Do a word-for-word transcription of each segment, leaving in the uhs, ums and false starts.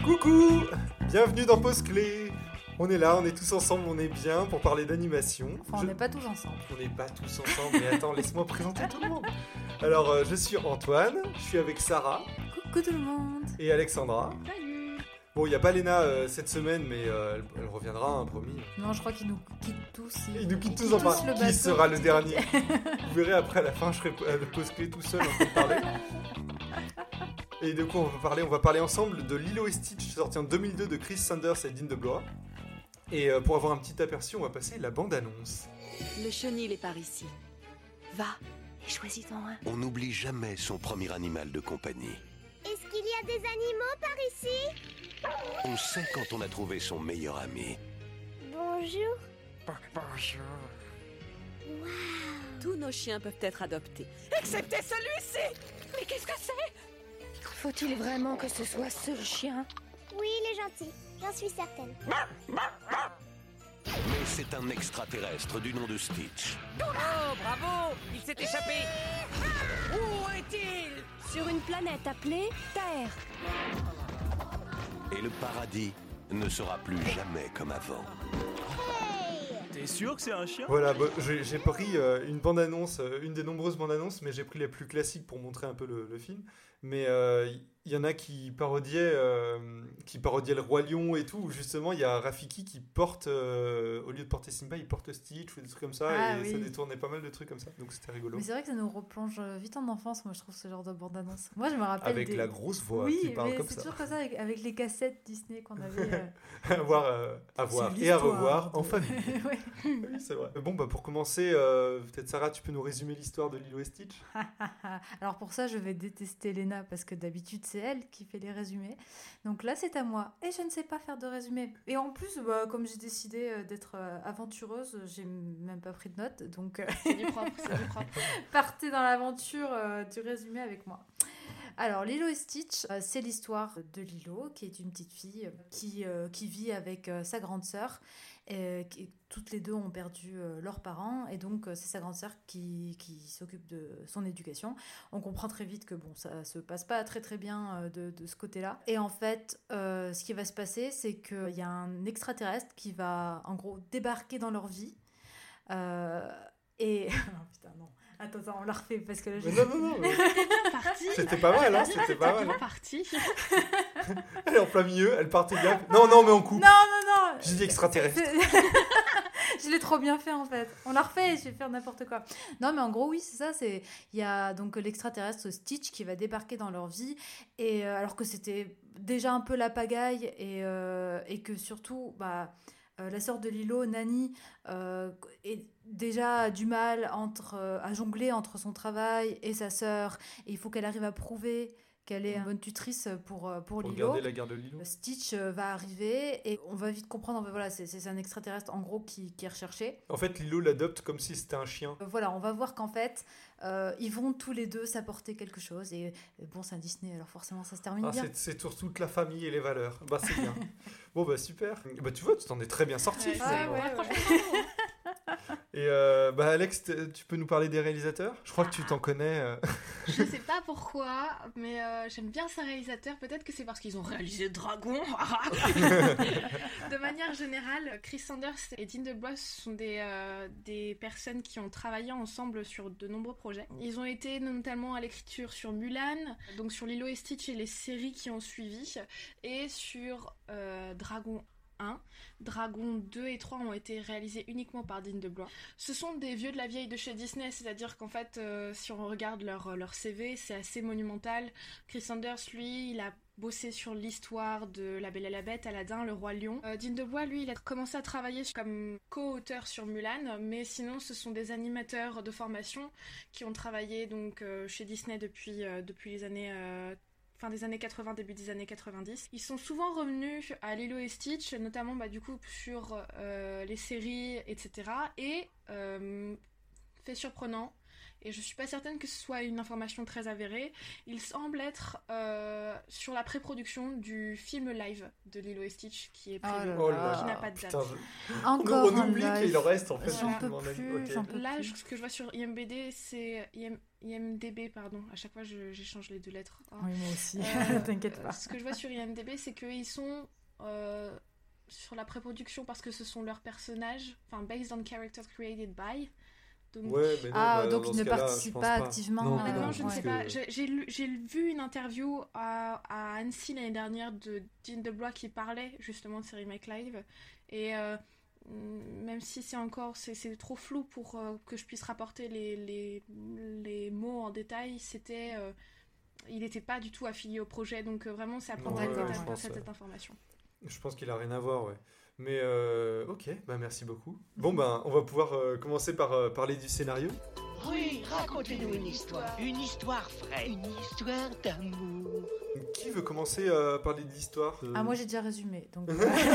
Coucou, bienvenue dans Pause Clé. On est là, on est tous ensemble, on est bien pour parler d'animation. Enfin, on je... n'est pas tous ensemble. On n'est pas tous ensemble, mais attends, laisse-moi présenter tout le monde. Alors, euh, je suis Antoine, je suis avec Sarah. Coucou tout le monde. Et Alexandra. Salut. Bon, il n'y a pas Léna euh, cette semaine, mais euh, elle, elle reviendra, hein, promis. Non, je crois qu'ils nous quittent tous. Ils, ils nous quittent tous tous en bas. le Qui bateau. sera le dernier? Vous verrez après, à la fin, je serai à la Pause Clé tout seul en train de parler. Et de quoi on va parler? On va parler ensemble de Lilo et Stitch, sorti en deux mille deux de Chris Sanders et Dean DeBlois. Et euh, pour avoir un petit aperçu, on va passer la bande-annonce. Le chenil est par ici. Va et choisis-en un. On n'oublie jamais son premier animal de compagnie. Est-ce qu'il y a des animaux par ici? On sait quand on a trouvé son meilleur ami. Bonjour. Bonjour. Tous nos chiens peuvent être adoptés. Excepté celui-ci. Mais qu'est-ce que c'est? Faut-il vraiment que ce soit ce chien? Oui, il est gentil. J'en suis certaine. Mais c'est un extraterrestre du nom de Stitch. Oh, bravo. Il s'est échappé. Où est-il? Sur une planète appelée Terre. Et le paradis ne sera plus jamais comme avant. T'es sûr que c'est un chien? Voilà, bah, j'ai, j'ai pris euh, une bande-annonce, euh, une des nombreuses bandes-annonces, mais j'ai pris les plus classiques pour montrer un peu le, le film. Mais il euh, y, y en a qui parodiaient, euh, qui parodiaient le Roi Lion et tout, où justement il y a Rafiki qui porte, euh, au lieu de porter Simba, il porte Stitch ou des trucs comme ça, Ah, et oui. ça détournait pas mal de trucs comme ça, donc c'était rigolo. Mais c'est vrai que ça nous replonge vite en enfance, moi je trouve ce genre de bande-annonce. Moi je me rappelle. Avec des... la grosse voix oui, qui parle mais comme c'est ça. toujours comme ça avec, avec les cassettes Disney qu'on avait. Euh... à voir, euh, à voir C'est et à l'histoire revoir de- en famille. Ouais. Oui, c'est vrai. Bon, bah pour commencer, euh, peut-être Sarah, tu peux nous résumer l'histoire de Lilo et Stitch? Alors pour ça, je vais détester Léna parce que d'habitude c'est elle qui fait les résumés. Donc là, c'est à moi. Et je ne sais pas faire de résumé. Et en plus, bah, comme j'ai décidé euh, d'être euh, aventureuse, j'ai même pas pris de notes. Donc euh, C'est du propre, c'est du propre. partez dans l'aventure euh, du résumé avec moi. Alors, Lilo et Stitch, euh, c'est l'histoire de Lilo, qui est une petite fille euh, qui, euh, qui vit avec euh, sa grande sœur. Euh, qui, toutes les deux ont perdu euh, leurs parents, et donc euh, c'est sa grande sœur qui, qui s'occupe de son éducation. On comprend très vite que bon, ça se passe pas très très bien euh, de, de ce côté-là. Et en fait, euh, ce qui va se passer, c'est qu'il y a un extraterrestre qui va en gros débarquer dans leur vie. Euh, et... oh putain, non. Attends, attends, on la refait parce que là, j'ai... Mais non, non, non. mais Parti. C'était pas mal, hein, c'était pas mal. bien parti. Elle est en plein milieu, elle partait bien. Non, non, mais on coupe. Non, non, non. J'ai dit extraterrestre. C'est- Je l'ai trop bien fait en fait. On la refait, je vais faire n'importe quoi. Non, mais en gros, oui, c'est ça. C'est il y a donc l'extraterrestre Stitch qui va débarquer dans leur vie, et euh, alors que c'était déjà un peu la pagaille, et euh, et que surtout, bah. Euh, la sœur de Lilo, Nani, euh, est déjà du mal entre, euh, à jongler entre son travail et sa sœur. Et il faut qu'elle arrive à prouver qu'elle est une bonne tutrice pour, euh, pour Pour Lilo. garder la garde de Lilo. Stitch euh, va arriver et on va vite comprendre, enfin, voilà, c'est, c'est un extraterrestre en gros qui, qui est recherché. En fait, Lilo l'adopte comme si c'était un chien. Euh, Voilà, on va voir qu'en fait, euh, ils vont tous les deux s'apporter quelque chose. Et euh, bon, c'est un Disney, alors forcément ça se termine Ah, bien. c'est, c'est sur toute la famille et les valeurs. Bah, c'est bien. Bon, bah, super. Bah, tu vois, tu t'en es très bien sorti. Ouais, finalement. ouais, ouais, ouais. franchement, Et euh, bah, Alex, t- tu peux nous parler des réalisateurs? Je crois que tu t'en connais. euh. je sais pas pourquoi, mais euh, j'aime bien ces réalisateurs. Peut-être que c'est parce qu'ils ont réalisé Dragon. De manière générale, Chris Sanders et Dean DeBlois sont des, euh, des personnes qui ont travaillé ensemble sur de nombreux projets. Ils ont été notamment à l'écriture sur Mulan, donc sur Lilo et Stitch et les séries qui ont suivi, et sur euh, Dragon un. Dragon deux et trois ont été réalisés uniquement par Dean DeBlois. Ce sont des vieux de la vieille de chez Disney, c'est-à-dire qu'en fait, euh, si on regarde leur, leur C V, c'est assez monumental. Chris Sanders, lui, il a bossé sur l'histoire de La Belle et la Bête, Aladdin, Le Roi Lion. Euh, Dean DeBlois, lui, il a commencé à travailler comme co-auteur sur Mulan, mais sinon, ce sont des animateurs de formation qui ont travaillé donc euh, chez Disney depuis, euh, depuis les années... Euh, fin des années quatre-vingts, début des années quatre-vingt-dix. Ils sont souvent revenus à Lilo et Stitch, notamment bah, du coup sur euh, les séries, et cetera. Et, euh, fait surprenant, et je suis pas certaine que ce soit une information très avérée, il semble être euh, sur la pré-production du film live de Lilo et Stitch qui est prévu, Oh là là. qui n'a pas de date. Putain, je- Encore on un oublie live. qu'il en reste en fait. J'en sur peux le film en plus, live. Ok. j'en peux Là, plus. je- ce que je vois sur I M B D, c'est I M I M D B, pardon. À chaque fois, je- j'échange les deux lettres. Oh. Oui, moi aussi, Euh, t'inquiète pas. Ce que je vois sur I M D B, c'est qu'ils sont euh, sur la pré-production parce que ce sont leurs personnages, enfin, based on characters created by. Donc, Ouais, mais non, Ah, bah, donc dans ils ce ne cas-là, participent je pense pas activement. Non, Ah euh, non, je ne ouais. sais que- pas. J'ai, j'ai lu, j'ai vu une interview à, à Annecy l'année dernière de Dean DeBlois qui parlait justement de ces remakes live. Et euh, même si c'est encore c'est, c'est trop flou pour euh, que je puisse rapporter les, les, les mots en détail, c'était, euh, il n'était pas du tout affilié au projet. Donc euh, vraiment, c'est à prendre Non, avec ouais, des je pincettes, pense, cette, ouais. cette information. Je pense qu'il a rien à voir, ouais. Mais euh, ok, bah merci beaucoup. Bon, ben, on va pouvoir euh, commencer par euh, parler du scénario. Oui, racontez-nous une histoire. Une histoire vraie. Une histoire d'amour. Qui veut commencer à parler de l'histoire euh, Ah, moi j'ai déjà résumé. Donc...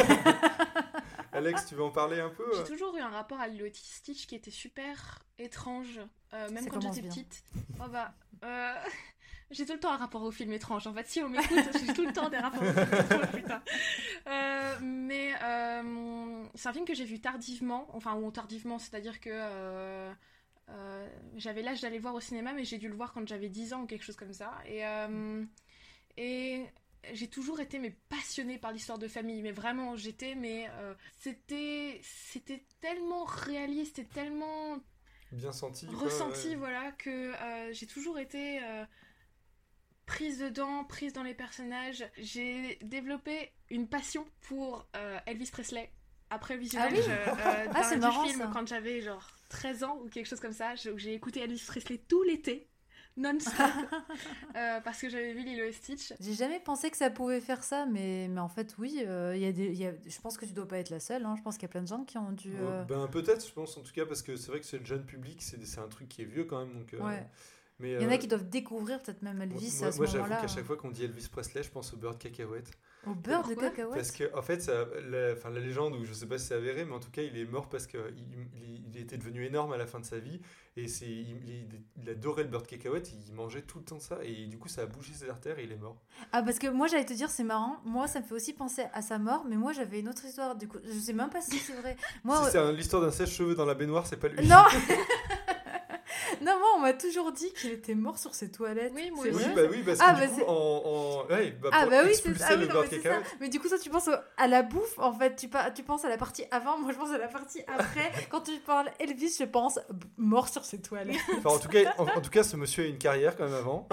Alex, tu veux en parler un peu J'ai toujours eu un rapport à Lilo et Stitch qui était super étrange, euh, même Ça quand commence j'étais bien. petite. Oh bah, euh, j'ai tout le temps un rapport au film étrange. En fait, si on m'écoute, j'ai tout le temps des rapports au film étrange, putain. Euh, mais euh, c'est un film que j'ai vu tardivement, enfin, ou tardivement, c'est-à-dire que euh, euh, j'avais l'âge d'aller le voir au cinéma, mais j'ai dû le voir quand j'avais dix ans ou quelque chose comme ça. Et, euh, et j'ai toujours été mais passionnée par l'histoire de famille, mais vraiment j'étais mais euh, c'était c'était tellement réaliste et tellement Bien senti. quoi, ressenti, ouais. voilà, que euh, j'ai toujours été euh, prise dedans, prise dans les personnages. J'ai développé une passion pour euh, Elvis Presley après le visionnage Ah oui euh, Ah, d'un- c'est du marrant, film ça. quand j'avais genre treize ans ou quelque chose comme ça. Je- J'ai écouté Elvis Presley tout l'été, non-stop, euh, parce que j'avais vu Lilo et Stitch. J'ai jamais pensé que ça pouvait faire ça, mais, mais en fait, oui, euh, il y a des, il y a, je pense que tu dois pas être la seule. Hein, je pense qu'il y a plein de gens qui ont dû. euh, Ouais, ben peut-être, je pense en tout cas, parce que c'est vrai que c'est le jeune public, c'est, c'est un truc qui est vieux quand même. Donc, euh, Ouais. mais, Il y en euh, a qui doivent découvrir peut-être même Elvis moi, à ce moi, j'avoue moment-là. qu'à chaque fois qu'on dit Elvis Presley, je pense au beurre de cacahuète. Au beurre de Pourquoi cacahuète. Parce que, en fait, ça, la, enfin, la légende, ou je sais pas si c'est avéré, mais en tout cas, il est mort parce qu'il il, il était devenu énorme à la fin de sa vie. Et c'est, il, il, il adorait le beurre de cacahuète, il mangeait tout le temps ça. Et du coup, ça a bouché ses artères et il est mort. Ah, parce que moi, j'allais te dire, c'est marrant. Moi, ça me fait aussi penser à sa mort, mais moi, j'avais une autre histoire. Du coup, je sais même pas si c'est vrai. Moi, si ouais- c'est un- l'histoire d'un sèche-cheveux dans la baignoire, c'est pas lui. Non Non, moi, on m'a toujours dit qu'il était mort sur ses toilettes. Oui, moi C'est Oui, aussi. vrai bah oui, parce Ah, que bah du coup, c'est- en, en... Ouais, bah, Ah pour bah oui, c'est expulser ah, oui, le non, beurre mais de c'est ça. cacahuète. Mais du coup, toi, tu penses au- à la bouffe, en fait. Tu, pas, tu penses à la partie avant, moi, je pense à la partie après. Quand tu parles Elvis, je pense b- mort sur ses toilettes. Enfin, en tout cas, en, en tout cas, ce monsieur a une carrière quand même avant.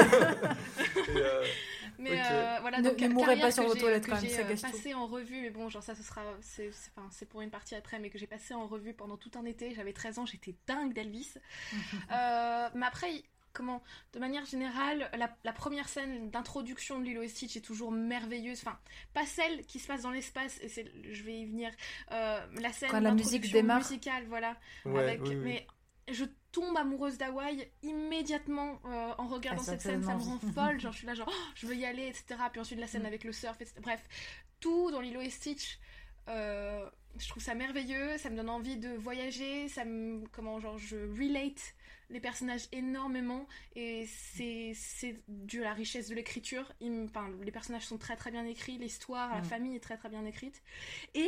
Et, euh, Mais Ok. euh, voilà, Ne- donc ne une mourrez carrière pas sur que vos j'ai- toilettes que quand même, j'ai ça euh, gâche tout. passé en revue, mais bon, genre ça, ce sera, c'est, c'est, enfin, c'est pour une partie après, mais que j'ai passé en revue pendant tout un été. J'avais treize ans, j'étais dingue d'Elvis. Euh, mais après, comment, de manière générale, la, la première scène d'introduction de Lilo et Stitch est toujours merveilleuse. Enfin, pas celle qui se passe dans l'espace, et c'est, je vais y venir. Euh, la scène Quand la musique d'introduction démarre. musicale, voilà. ouais, avec, oui, oui. mais je tombe amoureuse d'Hawaï immédiatement euh, en regardant Ah, ça cette me scène, ça me donne rend envie. folle, genre je suis là genre oh, je veux y aller, etc. Puis ensuite la scène Mm. avec le surf, et cetera. Bref, tout dans Lilo et Stitch, euh, je trouve ça merveilleux, ça me donne envie de voyager, ça me, comment, genre je relate les personnages énormément, et c'est, c'est dû à la richesse de l'écriture. Il me- enfin, les personnages sont très très bien écrits, l'histoire, la Mm. famille est très très bien écrite, et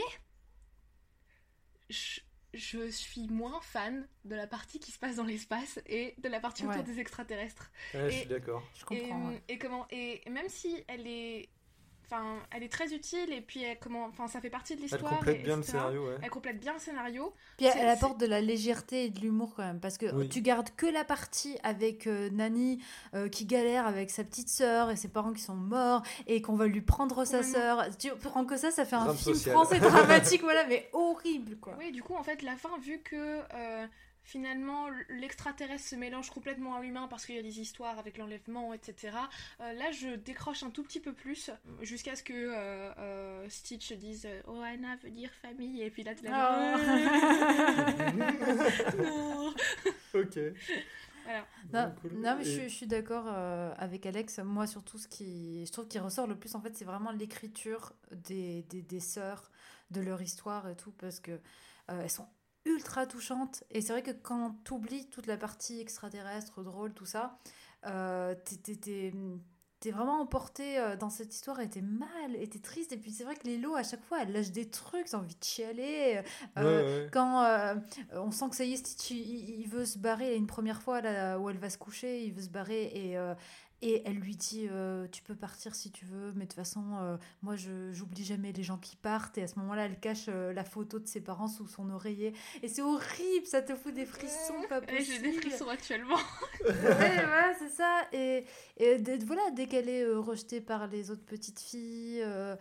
je, je suis moins fan de la partie qui se passe dans l'espace et de la partie autour Ouais. des extraterrestres. Ouais, je et- suis d'accord. Je Et, comprends. ouais. et comment, et même si elle est, enfin, elle est très utile, et puis elle, comment, enfin, ça fait partie de Elle l'histoire. complète et- bien le et cetera. scénario, ouais. Elle complète bien le scénario. Puis elle, c'est- elle apporte de la légèreté et de l'humour quand même, parce que Oui. tu gardes que la partie avec euh, Nani euh, qui galère avec sa petite sœur et ses parents qui sont morts et qu'on va lui prendre sa Complètement. sœur. Tu prends que ça, ça fait un Drame film social. français dramatique, voilà, mais horrible quoi. Oui, du coup, en fait, la fin, vu que euh, finalement l'extraterrestre se mélange complètement à l'humain parce qu'il y a des histoires avec l'enlèvement, et cetera. euh, là, je décroche un tout petit peu plus jusqu'à ce que euh, euh, Stitch dise euh, Oh, Anna veut dire famille, et puis là, tu Ah. Non. Ok. Voilà. Non, Bon, cool. non, mais je, Et- suis- je suis d'accord euh, avec Alex. Moi, surtout, ce qui, je trouve qui ressort le plus, en fait, c'est vraiment l'écriture des, des, des sœurs, de leur histoire et tout, parce que euh, elles sont ultra touchante. Et c'est vrai que quand t'oublies toute la partie extraterrestre, drôle, tout ça, euh, t'es, t'es, t'es, t'es vraiment emporté euh, dans cette histoire et t'es mal, et t'es triste. Et puis c'est vrai que Lilo, à chaque fois, elle lâche des trucs, t'as envie de chialer. Euh, Ouais, ouais. Quand euh, on sent que ça y est, Stitch, il, il veut se barrer une première fois là, où elle va se coucher, il veut se barrer et... euh, et elle lui dit euh, tu peux partir si tu veux, mais de toute façon, euh, moi, je j'oublie jamais les gens qui partent. Et à ce moment-là, elle cache euh, la photo de ses parents sous son oreiller. Et c'est horrible, ça te fout des frissons, pas Ouais, j'ai des possible. frissons actuellement. Ouais, ouais, c'est ça. Et, et dès- voilà, dès qu'elle est euh, rejetée par les autres petites filles, euh,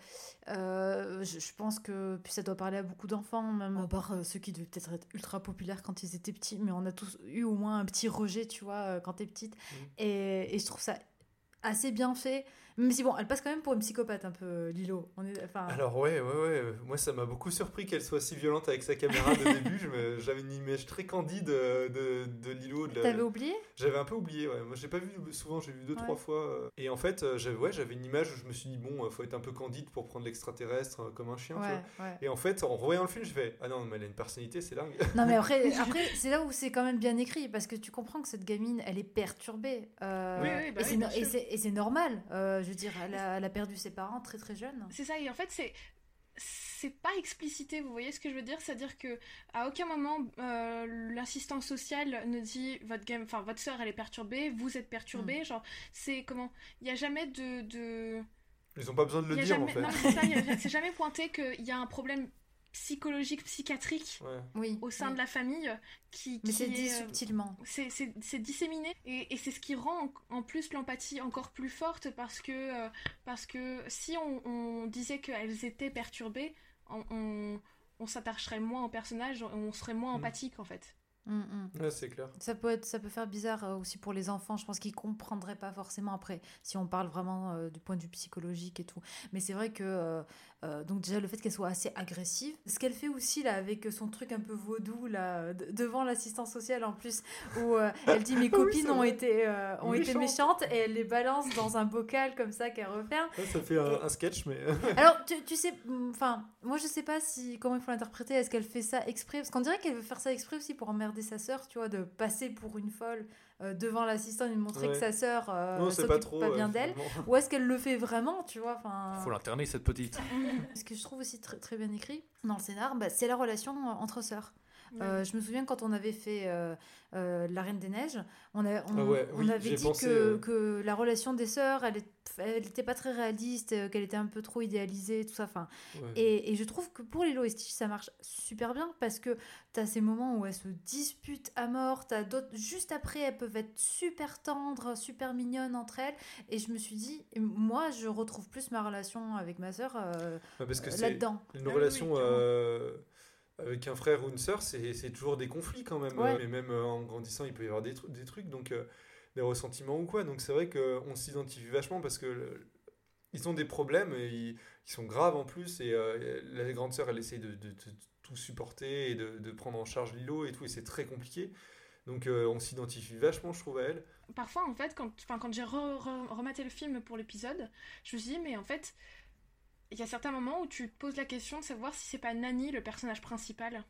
euh, je, je pense que puis ça doit parler à beaucoup d'enfants, même à part euh, ceux qui devaient peut-être être ultra populaires quand ils étaient petits, mais on a tous eu au moins un petit rejet, tu vois, euh, quand t'es petite. Et, et je trouve ça assez bien fait. Même si, bon, elle passe quand même pour une psychopathe un peu, Lilo. On est, enfin, Alors ouais, ouais, ouais, euh, moi ça m'a beaucoup surpris qu'elle soit si violente avec sa caméra de début. Je me- J'avais une image très candide euh, de, de Lilo. De la- t'avais oublié? J'avais un peu oublié, ouais. Moi j'ai pas vu souvent, j'ai vu deux, Ouais. trois fois. euh. Et en fait, euh, j'avais, ouais, j'avais une image où je me suis dit, bon, euh, faut être un peu candide pour prendre l'extraterrestre euh, comme un chien, tu Ouais, vois. ouais. Et en fait, en revoyant le film, je fais, ah non, mais elle a une personnalité, c'est dingue. Non, mais après, après c'est là où c'est quand même bien écrit, parce que tu comprends que cette gamine, elle est perturbée. Euh, Oui, oui, bah et, oui, c'est, bien no- et, sûr. c'est, et c'est normal. Euh, je veux dire, elle a, elle a perdu ses parents très très jeune. C'est ça, et en fait, c'est. C'est pas explicité, vous voyez ce que je veux dire? C'est-à-dire que à aucun moment euh, l'assistant social ne dit votre game, enfin votre sœur elle est perturbée, vous êtes perturbé, genre c'est comment? Il y a jamais de, de... Ils ont pas besoin de le il y a dire jamais... en fait. Non mais c'est ça, il y a- c'est jamais pointé qu'il y a un problème psychologique, psychiatrique Ouais. Oui. au sein oui. de la famille qui, Mais qui c'est dit est, euh, subtilement. c'est, c'est, c'est disséminé et, et c'est ce qui rend en, en plus l'empathie encore plus forte parce que, euh, parce que si on, on disait qu'elles étaient perturbées, on, on, on s'attacherait moins au personnage, on serait moins Mm. empathique en fait. Mm, mm. Ouais, c'est clair. Ça peut être, ça peut faire bizarre euh, aussi pour les enfants. Je pense qu'ils comprendraient pas forcément après, si on parle vraiment euh, du point de vue psychologique et tout. Mais c'est vrai que euh, euh, donc déjà le fait qu'elle soit assez agressive, ce qu'elle fait aussi là avec son truc un peu vaudou là de- devant l'assistance sociale en plus, où euh, elle dit mes Oui, copines c'est ont vrai. été euh, ont été Méchante. méchantes et elle les balance dans un bocal comme ça qu'elle referme. Ouais, ça fait un, un sketch, mais. Alors, tu, tu sais, enfin, moi je sais pas si comment il faut l'interpréter. Est-ce qu'elle fait ça exprès? Parce qu'on dirait qu'elle veut faire ça exprès aussi pour emmerder sa sœur, tu vois, de passer pour une folle euh, devant l'assistant et de montrer Ouais. que sa sœur euh, non, c'est s'occupe pas pas, trop. bien ouais, d'elle. finalement. Ou est-ce qu'elle le fait vraiment, tu vois, enfin. Faut l'interner, cette petite. Ce que je trouve aussi très, très bien écrit dans le scénar, bah, c'est la relation euh, entre sœurs. Euh, je me souviens quand on avait fait euh, euh, La Reine des Neiges, on, a- on, Ah ouais, on oui, avait j'ai dit pensé, que, euh, que la relation des sœurs, elle n'était pas très réaliste, euh, qu'elle était un peu trop idéalisée, tout ça. Enfin, Ouais. et, et je trouve que pour Lilo et Stitch, ça marche super bien parce que tu as ces moments où elles se disputent à mort, t'as d'autres, juste après, elles peuvent être super tendres, super mignonnes entre elles. Et je me suis dit, et moi, je retrouve plus ma relation avec ma sœur euh, Ouais, parce que euh, c'est là-dedans. une Ah oui, relation oui, clairement. euh, avec un frère ou une sœur, c'est c'est toujours des conflits quand même. Ouais. euh, Mais même euh, en grandissant, il peut y avoir des, tru- des trucs, donc euh, des ressentiments ou quoi. Donc c'est vrai qu'on s'identifie vachement parce que le- ils ont des problèmes et ils, ils sont graves en plus. Et euh, la grande sœur, elle essaye de, de- de tout supporter et de, de prendre en charge Lilo et tout, et c'est très compliqué. Donc euh, on s'identifie vachement, je trouve, à elle. Parfois, en fait, quand, enfin, quand j'ai re- re- rematé le film pour l'épisode, je me suis dit, mais en fait, il y a certains moments où tu te poses la question de savoir si c'est pas Nani le personnage principal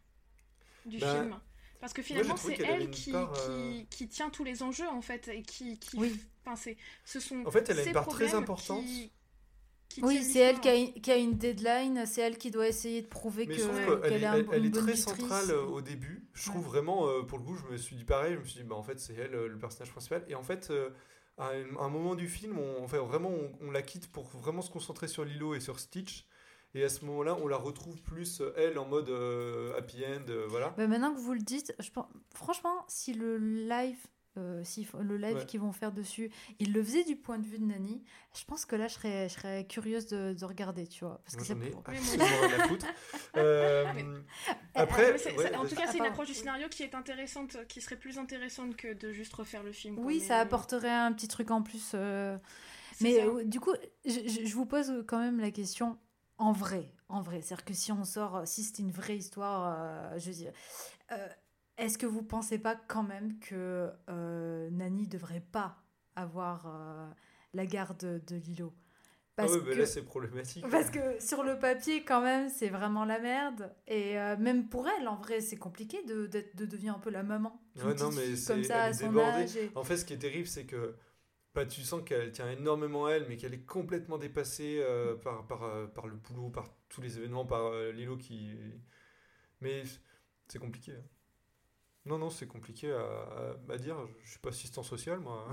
du Bah, film. Parce que j'ai finalement, trouvé c'est qu'elle avait elle une qui, part, qui, euh, qui tient tous les enjeux, en fait, et qui... qui Oui. Enfin, c'est, ce sont En fait, elle a ces une part très problèmes importante. qui- qui Oui, tiennent c'est elle qui a, l'histoire. une- qui a une deadline, c'est elle qui doit essayer de prouver Mais que, je trouve que- qu'elle qu'elle est, est, un- elle, elle une est bonne très tutrice. centrale euh, au début. Je trouve Ouais. vraiment, euh, pour le coup, je me suis dit pareil. Je me suis dit, bah, en fait, c'est elle euh, le personnage principal. Et en fait, euh, à un, un moment du film, on, enfin, vraiment, on, on la quitte pour vraiment se concentrer sur Lilo et sur Stitch. Et à ce moment-là, on la retrouve plus, euh, elle, en mode euh, happy end. euh, voilà. Bah, maintenant que vous le dites, je pense, franchement, si le live, euh, si f- le live Ouais. qu'ils vont faire dessus, ils le faisaient du point de vue de Nani, je pense que là, je serais, je serais curieuse de, de regarder, tu vois. Parce Moi, que ça j'en ai pour- Oui, moi absolument rien à foutre. Euh, après, Mais c'est- ouais, c'est- en tout cas, c'est une Attends, approche du oui. scénario qui est intéressante, qui serait plus intéressante que de juste refaire le film. quoi. Oui, Mais- ça apporterait un petit truc en plus. euh, c'est Mais ça. euh, du coup, je, je- je vous pose quand même la question en vrai. En vrai. C'est-à-dire que si on sort, si c'était une vraie histoire, euh, je veux dire, euh, est-ce que vous pensez pas quand même que euh, Nani devrait pas avoir euh, la garde de Lilo? Parce ah ouais, bah que... là c'est problématique. Parce que sur le papier, quand même, c'est vraiment la merde. Et euh, même pour elle, en vrai, c'est compliqué de, de, de devenir un peu la maman. d'une Ouais, non, petite mais fille c'est, comme ça, elle à est son débordée. âge. Et... En fait, ce qui est terrible, c'est que bah, tu sens qu'elle tient énormément à elle, mais qu'elle est complètement dépassée euh, par, par, euh, par le boulot, par tous les événements, par euh, Lilo qui. Mais c'est compliqué. hein. Non, non, c'est compliqué à, à, à dire. Je suis pas assistant social, moi.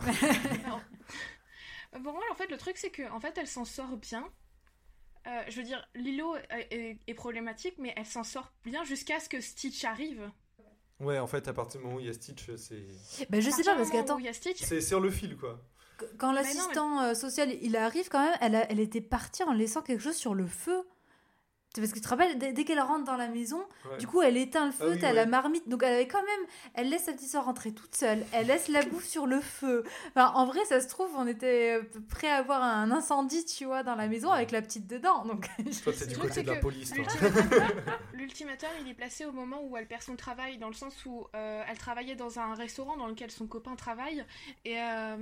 Pour moi, en fait, le truc, c'est que, en fait, elle s'en sort bien. Euh, je veux dire, Lilo est, est, est problématique, mais elle s'en sort bien jusqu'à ce que Stitch arrive. Ouais, en fait, à partir du moment où il y a Stitch, c'est. Ben, je sais pas, parce qu'attends, Stitch... C'est sur le fil, quoi. quand l'assistant mais... social il arrive, quand même, elle, a, elle était partie en laissant quelque chose sur le feu. Parce que tu te rappelles, dès, dès qu'elle rentre dans la maison, ouais. du coup, elle éteint le feu, ah oui, t'as ouais. la marmite. Donc, elle avait quand même... Elle laisse sa petite soeur rentrer toute seule. Elle laisse la bouffe sur le feu. Enfin, en vrai, ça se trouve, on était prêt à avoir un incendie, tu vois, dans la maison avec la petite dedans. Donc, toi, t'es du côté de la police, toi. L'ultimatum, il est placé au moment où elle perd son travail, dans le sens où euh, elle travaillait dans un restaurant dans lequel son copain travaille. Et,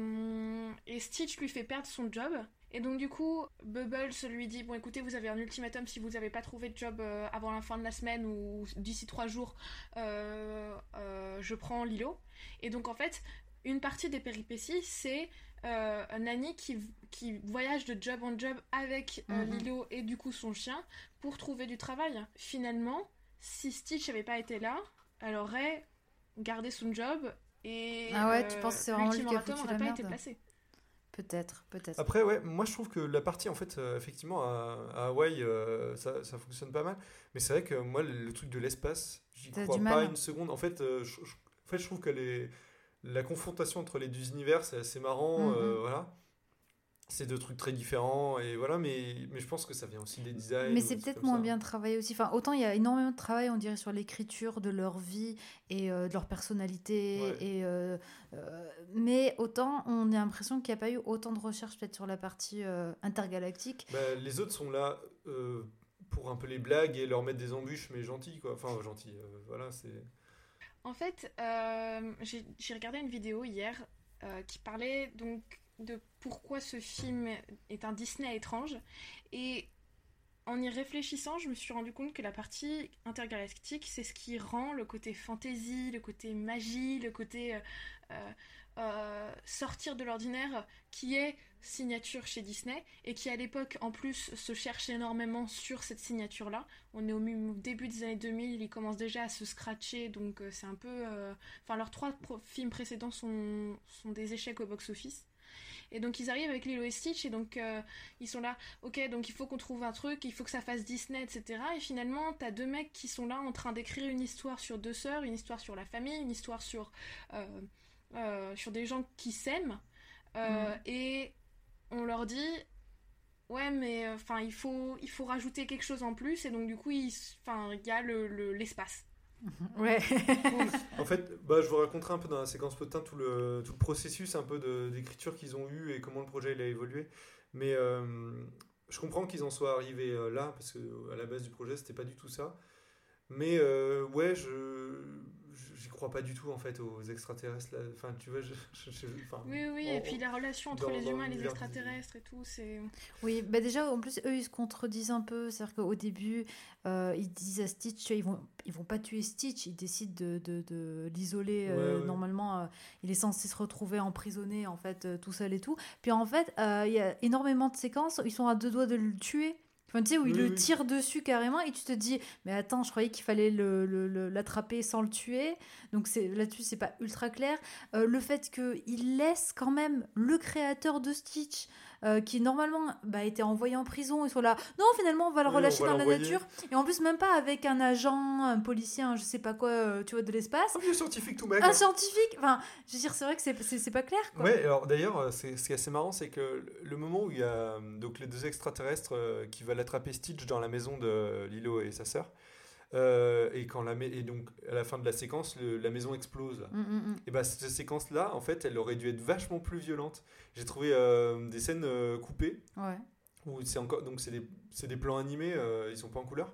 euh, et Stitch lui fait perdre son job. Et donc du coup, Bubbles lui dit « Bon écoutez, vous avez un ultimatum, si vous n'avez pas trouvé de job euh, avant la fin de la semaine ou d'ici trois jours, euh, euh, je prends Lilo. » Et donc en fait, une partie des péripéties, c'est euh, Nani qui, qui voyage de job en job avec euh, mm-hmm. Lilo et du coup son chien pour trouver du travail. Finalement, si Stitch n'avait pas été là, elle aurait gardé son job et ah ouais, euh, tu penses que c'est vraiment lui qui a foutu n'aurait la pas merde. été placé. Peut-être, peut-être. Après, ouais, moi je trouve que la partie, en fait, euh, effectivement, à, à Hawaï, euh, ça, ça fonctionne pas mal. Mais c'est vrai que moi, le, le truc de l'espace, j'y T'as crois du pas mal. une seconde. En fait, euh, je, je, en fait, je trouve que les, la confrontation entre les deux univers, c'est assez marrant. Mm-hmm. euh, voilà. C'est deux trucs très différents, et voilà, mais, mais je pense que ça vient aussi des designs. Mais c'est peut-être moins ça. bien travaillé aussi. Enfin, autant il y a énormément de travail, on dirait, sur l'écriture de leur vie et euh, de leur personnalité. Ouais. Et, euh, euh, mais autant, on a l'impression qu'il n'y a pas eu autant de recherche peut-être sur la partie euh, intergalactique. Bah, les autres sont là euh, pour un peu les blagues et leur mettre des embûches, mais gentils, quoi. Enfin, gentils, euh, voilà, c'est... En fait, euh, j'ai, j'ai regardé une vidéo hier euh, qui parlait donc... de pourquoi ce film est un Disney étrange, et en y réfléchissant, je me suis rendu compte que la partie intergalactique, c'est ce qui rend le côté fantasy, le côté magie, le côté euh, euh, sortir de l'ordinaire, qui est signature chez Disney, et qui à l'époque en plus se cherche énormément sur cette signature-là. On est au début des années deux mille, ils commencent déjà à se scratcher, donc c'est un peu... Enfin, euh... leurs trois pro- films précédents sont, sont des échecs au box-office. Et donc ils arrivent avec Lilo et Stitch, et donc euh, ils sont là, ok, donc il faut qu'on trouve un truc, il faut que ça fasse Disney, et cetera. Et finalement, t'as deux mecs qui sont là en train d'écrire une histoire sur deux sœurs, une histoire sur la famille, une histoire sur, euh, euh, sur des gens qui s'aiment, euh, mmh. et on leur dit, ouais, mais enfin il faut, il faut rajouter quelque chose en plus, et donc du coup, il y a le, le, l'espace. Ouais. En fait, bah, je vous raconterai un peu dans la séquence potin tout le, tout le processus un peu de, d'écriture qu'ils ont eu et comment le projet il a évolué. Mais euh, je comprends qu'ils en soient arrivés euh, là, parce qu'à la base du projet, c'était pas du tout ça. Mais euh, ouais, je j'y crois pas du tout en fait aux extraterrestres là. Enfin, tu vois, je, je, je enfin, oui, oui, on, et puis la relation entre dans, les dans humains et les extraterrestres et tout, c'est... Oui, bah déjà, en plus, eux, ils se contredisent un peu. C'est-à-dire qu'au début, euh, ils disent à Stitch, ils vont, ils vont pas tuer Stitch, ils décident de, de, de l'isoler. Ouais, euh, ouais. Normalement, euh, il est censé se retrouver emprisonné, en fait, euh, tout seul et tout. Puis en fait, il euh, y a énormément de séquences où ils sont à deux doigts de le tuer. Enfin, tu sais, où oui, il le oui. tire dessus carrément, et tu te dis, mais attends, je croyais qu'il fallait le, le, le, l'attraper sans le tuer. Donc c'est, là-dessus, c'est pas ultra clair. Euh, le fait qu'il laisse quand même le créateur de Stitch, euh, qui normalement bah, était envoyé en prison, ils sont là, non, finalement, on va le oui, relâcher va dans l'envoyer. la nature. Et en plus, même pas avec un agent, un policier, un je sais pas quoi, euh, tu vois, de l'espace. Un vieux scientifique tout mec. Un scientifique. Enfin, je veux dire, c'est vrai que c'est, c'est, c'est pas clair, quoi. Ouais, alors d'ailleurs, c'est, ce qui est assez marrant, c'est que le moment où il y a donc, les deux extraterrestres euh, qui veulent attraper Stitch dans la maison de Lilo et sa sœur, euh, et, quand la, et donc à la fin de la séquence, le, la maison explose. Mm, mm, mm. Et bah, cette séquence-là, en fait, elle aurait dû être vachement plus violente. J'ai trouvé euh, des scènes euh, coupées. Ouais. Où c'est encore, donc c'est des, c'est des plans animés, euh, ils sont pas en couleur.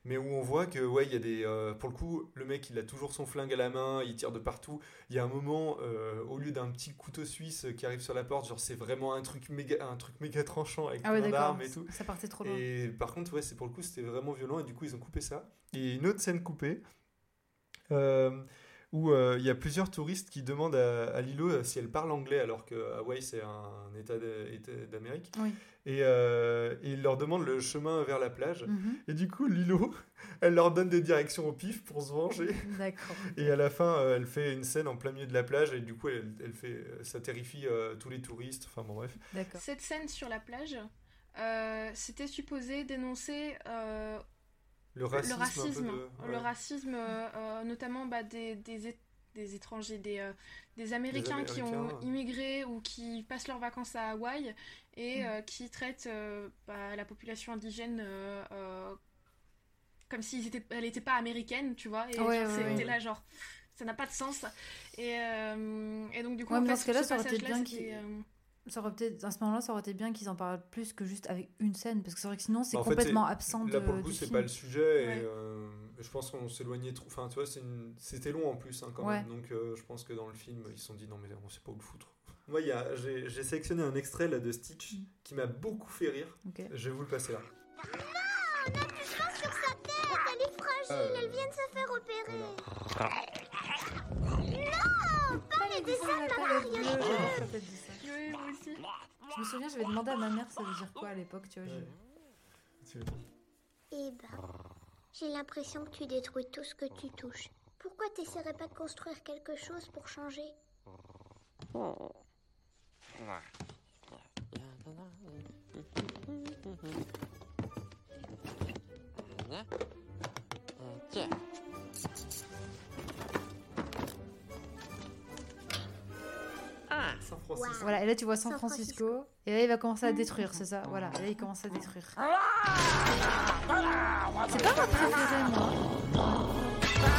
mais où on voit que, ouais, il y a des... Euh, pour le coup, le mec, il a toujours son flingue à la main, il tire de partout. Il y a un moment, euh, au lieu d'un petit couteau suisse qui arrive sur la porte, genre, c'est vraiment un truc méga, un truc méga tranchant avec Ah ouais, plein d'accord. d'armes et tout. Ça partait trop loin. Et par contre, ouais, c'est pour le coup, c'était vraiment violent, et du coup, ils ont coupé ça. Et une autre scène coupée, euh, où euh, il y a plusieurs touristes qui demandent à, à Lilo euh, si elle parle anglais, alors que Hawaï, c'est un état, de- état d'Amérique. Oui. Et, euh, et ils leur demandent le chemin vers la plage. Mhm. Et du coup, Lilo, elle leur donne des directions au pif pour se venger. D'accord. Et à la fin, euh, elle fait une scène en plein milieu de la plage, et du coup, elle, elle fait, ça terrifie euh, tous les touristes. Enfin bon, bref. D'accord. Cette scène sur la plage, euh, c'était supposé dénoncer euh, Le racisme. le racisme, un peu de- le ouais. racisme euh, euh, notamment bah, des, des, é- des étrangers, des, euh, des Américains qui ont Américains. immigré ou qui passent leurs vacances à Hawaï et euh, qui traitent euh, bah, la population indigène euh, euh, comme si elle n'était pas américaine, tu vois, et Ouais, genre, ouais, c'était ouais. là genre ça n'a pas de sens et, euh, et donc du coup Ouais, en mais fait, dans ce cas-là, ce ça aurait été passage-là, bien c'était, qu'il- euh, Ça aurait peut-être, à ce moment-là, ça aurait été bien qu'ils en parlent plus que juste avec une scène, parce que c'est vrai que sinon, c'est Bah, en fait, complètement c'est- absent de, Là, pour le coup, du c'est film. pas le sujet, Ouais. et euh, je pense qu'on s'éloignait trop. Enfin, tu vois, c'est une- c'était long en plus, hein, quand Ouais. même. Donc, euh, je pense que dans le film, ils se sont dit non, mais on sait pas où le foutre. Moi, il y a- j'ai j'ai sélectionné un extrait là de Stitch Mm. qui m'a beaucoup fait rire. Ok. Je vais vous le passer là. Non, n'appuie pas sur sa tête, elle est fragile, elle vient de se faire opérer. Non, pas les dessins de la marionnette. J'adore quand elle dit ça. oui, moi aussi. Je me souviens, j'avais demandé à ma mère ça veut dire quoi à l'époque, tu vois. je- Ouais. Tu veux- Eh ben, j'ai l'impression que tu détruis tout ce que tu touches. Pourquoi t'essaierais pas de construire quelque chose pour changer? San Francisco. Voilà, et là tu vois San San Francisco, et là il va commencer à détruire, c'est ça. Voilà, et là il commence à détruire. C'est pas mon préféré, moi.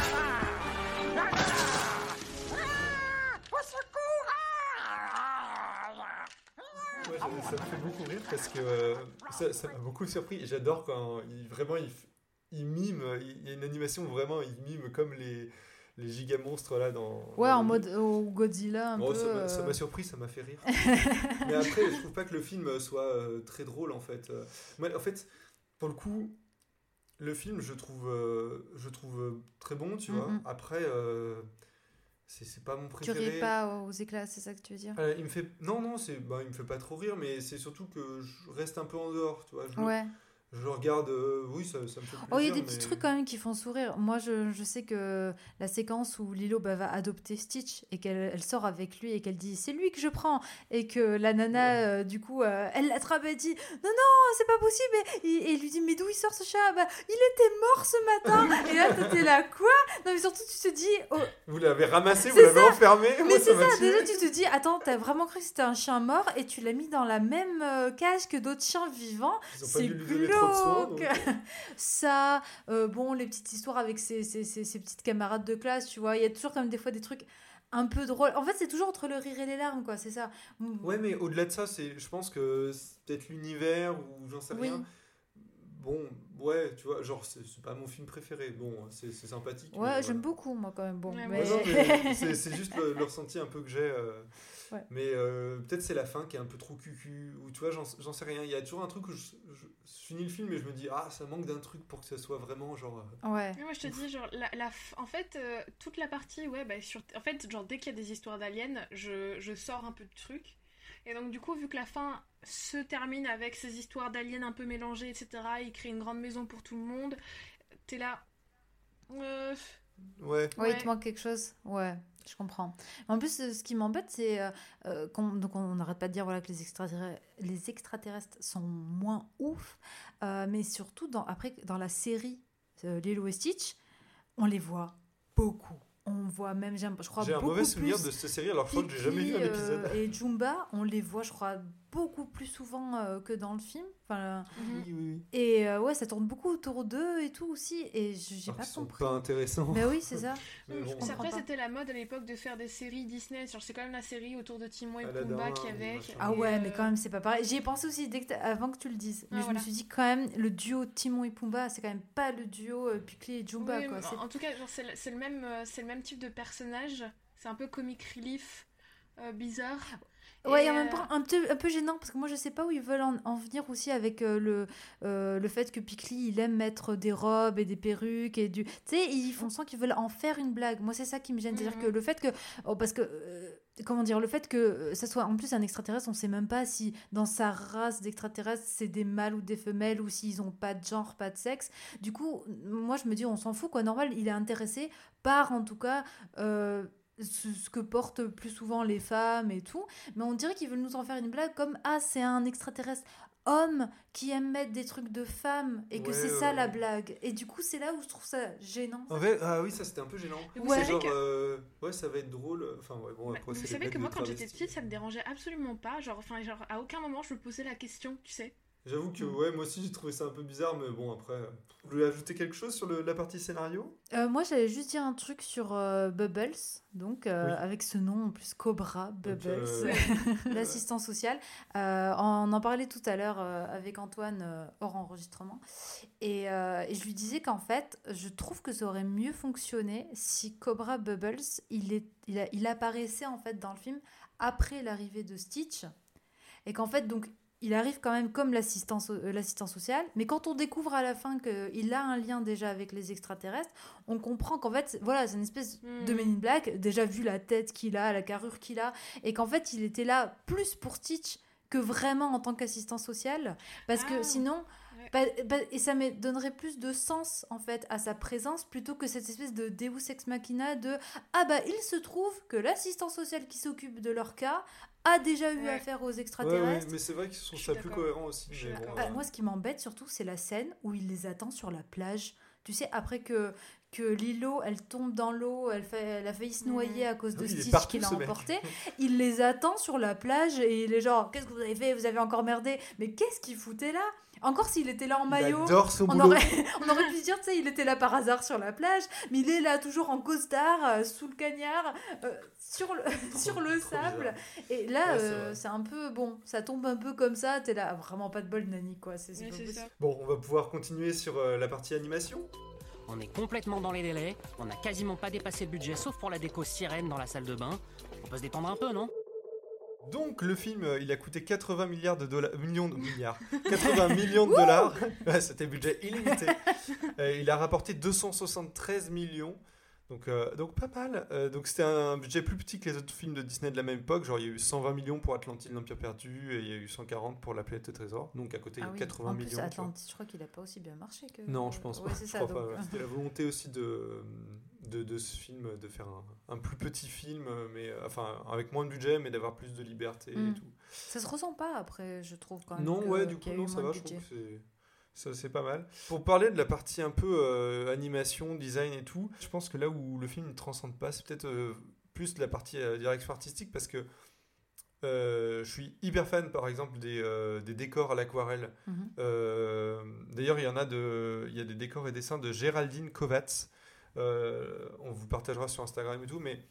Ouais, ça, ça me fait beaucoup rire parce que euh, ça, ça m'a beaucoup surpris. J'adore quand il, vraiment il, f- il mime. Il y a une animation où vraiment il mime comme les, les giga monstres là dans. Ouais, dans en le- mode oh, Godzilla un Bon, peu. ça m'a- ça euh, m'a surpris, ça m'a fait rire. Mais après, je trouve pas que le film soit euh, très drôle en fait. Euh, moi, en fait, pour le coup, le film, je trouve, euh, je trouve euh, très bon, tu vois. Mhm. Après, euh, c'est c'est pas mon Tu préféré. ris pas aux éclats, c'est ça que tu veux dire? Euh, il me fait non non c'est bah, il me fait pas trop rire, mais c'est surtout que je reste un peu en dehors, tu vois. Je, le- Ouais. je le regarde, euh, oui, ça, ça me fait plaisir. Oh, il y a des mais- petits trucs quand même qui font sourire. Moi, je, je sais que la séquence où Lilo bah, va adopter Stitch et qu'elle elle sort avec lui et qu'elle dit c'est lui que je prends et que la nana, euh, du coup, euh, elle l'attrape et dit non, non, c'est pas possible. Et, et, et il lui dit mais d'où il sort ce chat? Bah, il était mort ce matin. Et là, t'étais là, quoi? Non, mais surtout, tu te dis, oh, Vous l'avez ramassé, vous C'est l'avez enfermé. mais moi, c'est m'a ça, tué. déjà tu te dis, attends, t'as vraiment cru que c'était un chien mort et tu l'as mis dans la même euh, cage que d'autres chiens vivants. Ils ont pas C'est dû lui donner trop de soins. donc, glauque. Ça, euh, bon, les petites histoires avec ses, ses, ses, ses petites camarades de classe, tu vois, il y a toujours comme des fois des trucs un peu drôles. En fait, c'est toujours entre le rire et les larmes, quoi, c'est ça. Ouais, mais au-delà de ça, c'est, je pense que c'est peut-être l'univers ou j'en sais Oui. rien. Bon, ouais, tu vois, genre, c'est, c'est pas mon film préféré. Bon, c'est, c'est sympathique. Ouais, mais j'aime voilà. beaucoup, moi, quand même. Bon, Ouais, mais... Ouais, non, mais c'est, c'est juste le, le ressenti un peu que j'ai. euh, Ouais. Mais euh, peut-être c'est la fin qui est un peu trop cucu. Ou tu vois, j'en, j'en sais rien. Il y a toujours un truc où je, je, je finis le film et je me dis, ah, ça manque d'un truc pour que ça soit vraiment genre. euh, Ouais. Mais moi je te dis genre la, la f- en fait euh, toute la partie ouais bah sur en fait genre dès qu'il y a des histoires d'aliens je, je sors un peu de trucs et donc du coup vu que la fin se termine avec ces histoires d'aliens un peu mélangées etc il crée une grande maison pour tout le monde t'es là euh, Ouais. Ouais, il Ouais. te manque quelque chose. Ouais, je comprends. En plus, euh, ce qui m'embête, c'est euh, euh, qu'on donc on n'arrête pas de dire voilà que les extraterrestres, les extraterrestres sont moins ouf, euh, mais surtout dans après dans la série euh, Lilo et Stitch, on les voit beaucoup. On voit même, j'aime- je crois, J'ai un beaucoup mauvais souvenir plus de cette série, alors je crois que j'ai jamais vu un Pippi, épisode. euh, et Jumba, on les voit, je crois, beaucoup plus souvent euh, que dans le film. Enfin, Oui, oui, oui. et euh, ouais, ça tourne beaucoup autour d'eux et tout aussi. Et je- j'ai Alors pas qu'ils sont compris. pas intéressants. Mais oui, c'est ça. Mais Je bon. pense après pas. c'était la mode à l'époque de faire des séries Disney. Genre, c'est quand même la série autour de Timon et Aladdin, Pumba qu'il y avait. machin. Ah Et, ouais, euh, mais quand même, c'est pas pareil. J'y ai pensé aussi dès que t'as- avant que tu le dises. Mais Ah, je voilà. me suis dit, quand même, le duo Timon et Pumba, c'est quand même pas le duo euh, Picli et Jumba. oui, quoi. mais C'est- en tout cas, genre, c'est le, c'est le même, euh, c'est le même type de personnage. C'est un peu comic relief, euh, bizarre. Ouais, et en euh, même temps, un peu, un peu gênant, parce que moi, je sais pas où ils veulent en, en venir aussi avec euh, le, euh, le fait que Picli, il aime mettre des robes et des perruques et du... Tu sais, ils- on sent qu'ils veulent en faire une blague. Moi, c'est ça qui me gêne. C'est-à-dire Mhm. que le fait que... oh, parce que... euh, comment dire, le fait que euh, ça soit en plus un extraterrestre, on sait même pas si dans sa race d'extraterrestres c'est des mâles ou des femelles ou s'ils ont pas de genre, pas de sexe. Du coup, moi je me dis on s'en fout quoi. Normal, il est intéressé par en tout cas euh, ce, ce que portent plus souvent les femmes et tout. Mais on dirait qu'ils veulent nous en faire une blague comme ah c'est un extraterrestre homme qui aime mettre des trucs de femmes et que Ouais, c'est ouais, ça la ouais. blague. Et du coup c'est là où je trouve ça gênant. En fait, ah oui, ça c'était un peu gênant. Mais vous C'est savez genre, que- euh, ouais, ça va être drôle. Enfin, ouais, bon, Bah, après, vous c'est savez les que blagues moi, de quand j'étais travesti. petite, ça me dérangeait absolument pas. Genre, enfin, genre, à aucun moment je me posais la question, tu sais. J'avoue que, ouais, moi aussi j'ai trouvé ça un peu bizarre, mais bon, après. euh, Vous voulez ajouter quelque chose sur le- la partie scénario? Euh, moi, j'allais juste dire un truc sur euh, Bubbles, donc euh, Oui. avec ce nom en plus Cobra Donc, Bubbles, euh, l'assistant social. Euh, on en parlait tout à l'heure euh, avec Antoine euh, hors enregistrement, et, euh, et je lui disais qu'en fait, je trouve que ça aurait mieux fonctionné si Cobra Bubbles, il, est, il, a- il apparaissait en fait dans le film après l'arrivée de Stitch, et qu'en fait donc il arrive quand même comme l'assistant, so- euh, l'assistant social, mais quand on découvre à la fin qu'il a un lien déjà avec les extraterrestres, on comprend qu'en fait, c'est- voilà, c'est une espèce Mm. de Men in Black, déjà vu la tête qu'il a, la carrure qu'il a, et qu'en fait, il était là plus pour Stitch que vraiment en tant qu'assistant social, parce que Ah, sinon... ouais. bah- bah- et ça me donnerait plus de sens en fait à sa présence plutôt que cette espèce de Deus ex machina de ah bah il se trouve que l'assistant social qui s'occupe de leur cas a déjà eu Ouais. affaire aux Ouais, ouais, extraterrestres. mais c'est vrai qu'ils sont Je ça suis plus d'accord. cohérent aussi. Je suis Mais bon, d'accord. Bah, euh, moi, ce qui m'embête surtout, c'est la scène où il les attend sur la plage. Tu sais, après que, que Lilo, elle tombe dans l'eau, elle, fait, elle a failli se noyer à cause de Oui, il est Stitch partout, qui l'a ce mec. emporté. Il les attend sur la plage et il est genre, qu'est-ce que vous avez fait? Vous avez encore merdé. Mais qu'est-ce qu'il foutait là? Encore s'il était là en il maillot. adore son On boulot. aurait, on aurait pu se dire, tu sais, il était là par hasard sur la plage, mais il est là toujours en costard, euh, sous le cagnard, euh, sur le, sur le trop sable. bizarre. Et là, Ouais, c'est euh, vrai. c'est un peu, bon, ça tombe un peu comme ça, t'es là, vraiment pas de bol, Nani, quoi. C'est c'est Ouais, pas c'est possible. ça. Bon, on va pouvoir continuer sur euh, la partie animation. On est complètement dans les délais, on n'a quasiment pas dépassé le budget sauf pour la déco sirène dans la salle de bain. On peut se détendre un peu, non? Donc le film, euh, il a coûté quatre-vingts milliards de dollars, millions de milliards, quatre-vingts millions de dollars. Ouais, c'était budget illimité. Euh, il a rapporté deux cent soixante-treize millions. Donc, euh, donc pas mal. Euh, donc c'était un budget plus petit que les autres films de Disney de la même époque. Genre il y a eu cent vingt millions pour Atlantide, l'Empire perdu, et il y a eu cent quarante pour La Planète au Trésor. Donc à côté il y Ah a oui. quatre-vingts En plus, millions. tu vois. Atlantis, je crois qu'il a pas aussi bien marché que. Non, je pense Ouais, pas. c'est Je ça, crois pas, donc, ouais. euh, C'était la volonté aussi de, de, de ce film de faire un, un plus petit film, mais euh, enfin avec moins de budget, mais d'avoir plus de liberté Mm. et tout. Ça se ressent pas après, je trouve quand même. Non, que- ouais, du qu'il coup, y a non, eu ça moins va, de je trouve budget. que c'est. Ça, c'est pas mal. Pour parler de la partie un peu euh, animation, design et tout, je pense que là où le film ne transcende pas, c'est peut-être euh, plus de la partie euh, direction artistique parce que euh, je suis hyper fan, par exemple, des, euh, des décors à l'aquarelle. Mhm. Euh, D'ailleurs, il y en a de, il y a des décors et dessins de Géraldine Kovacs. Euh, on vous partagera sur Instagram et tout, mais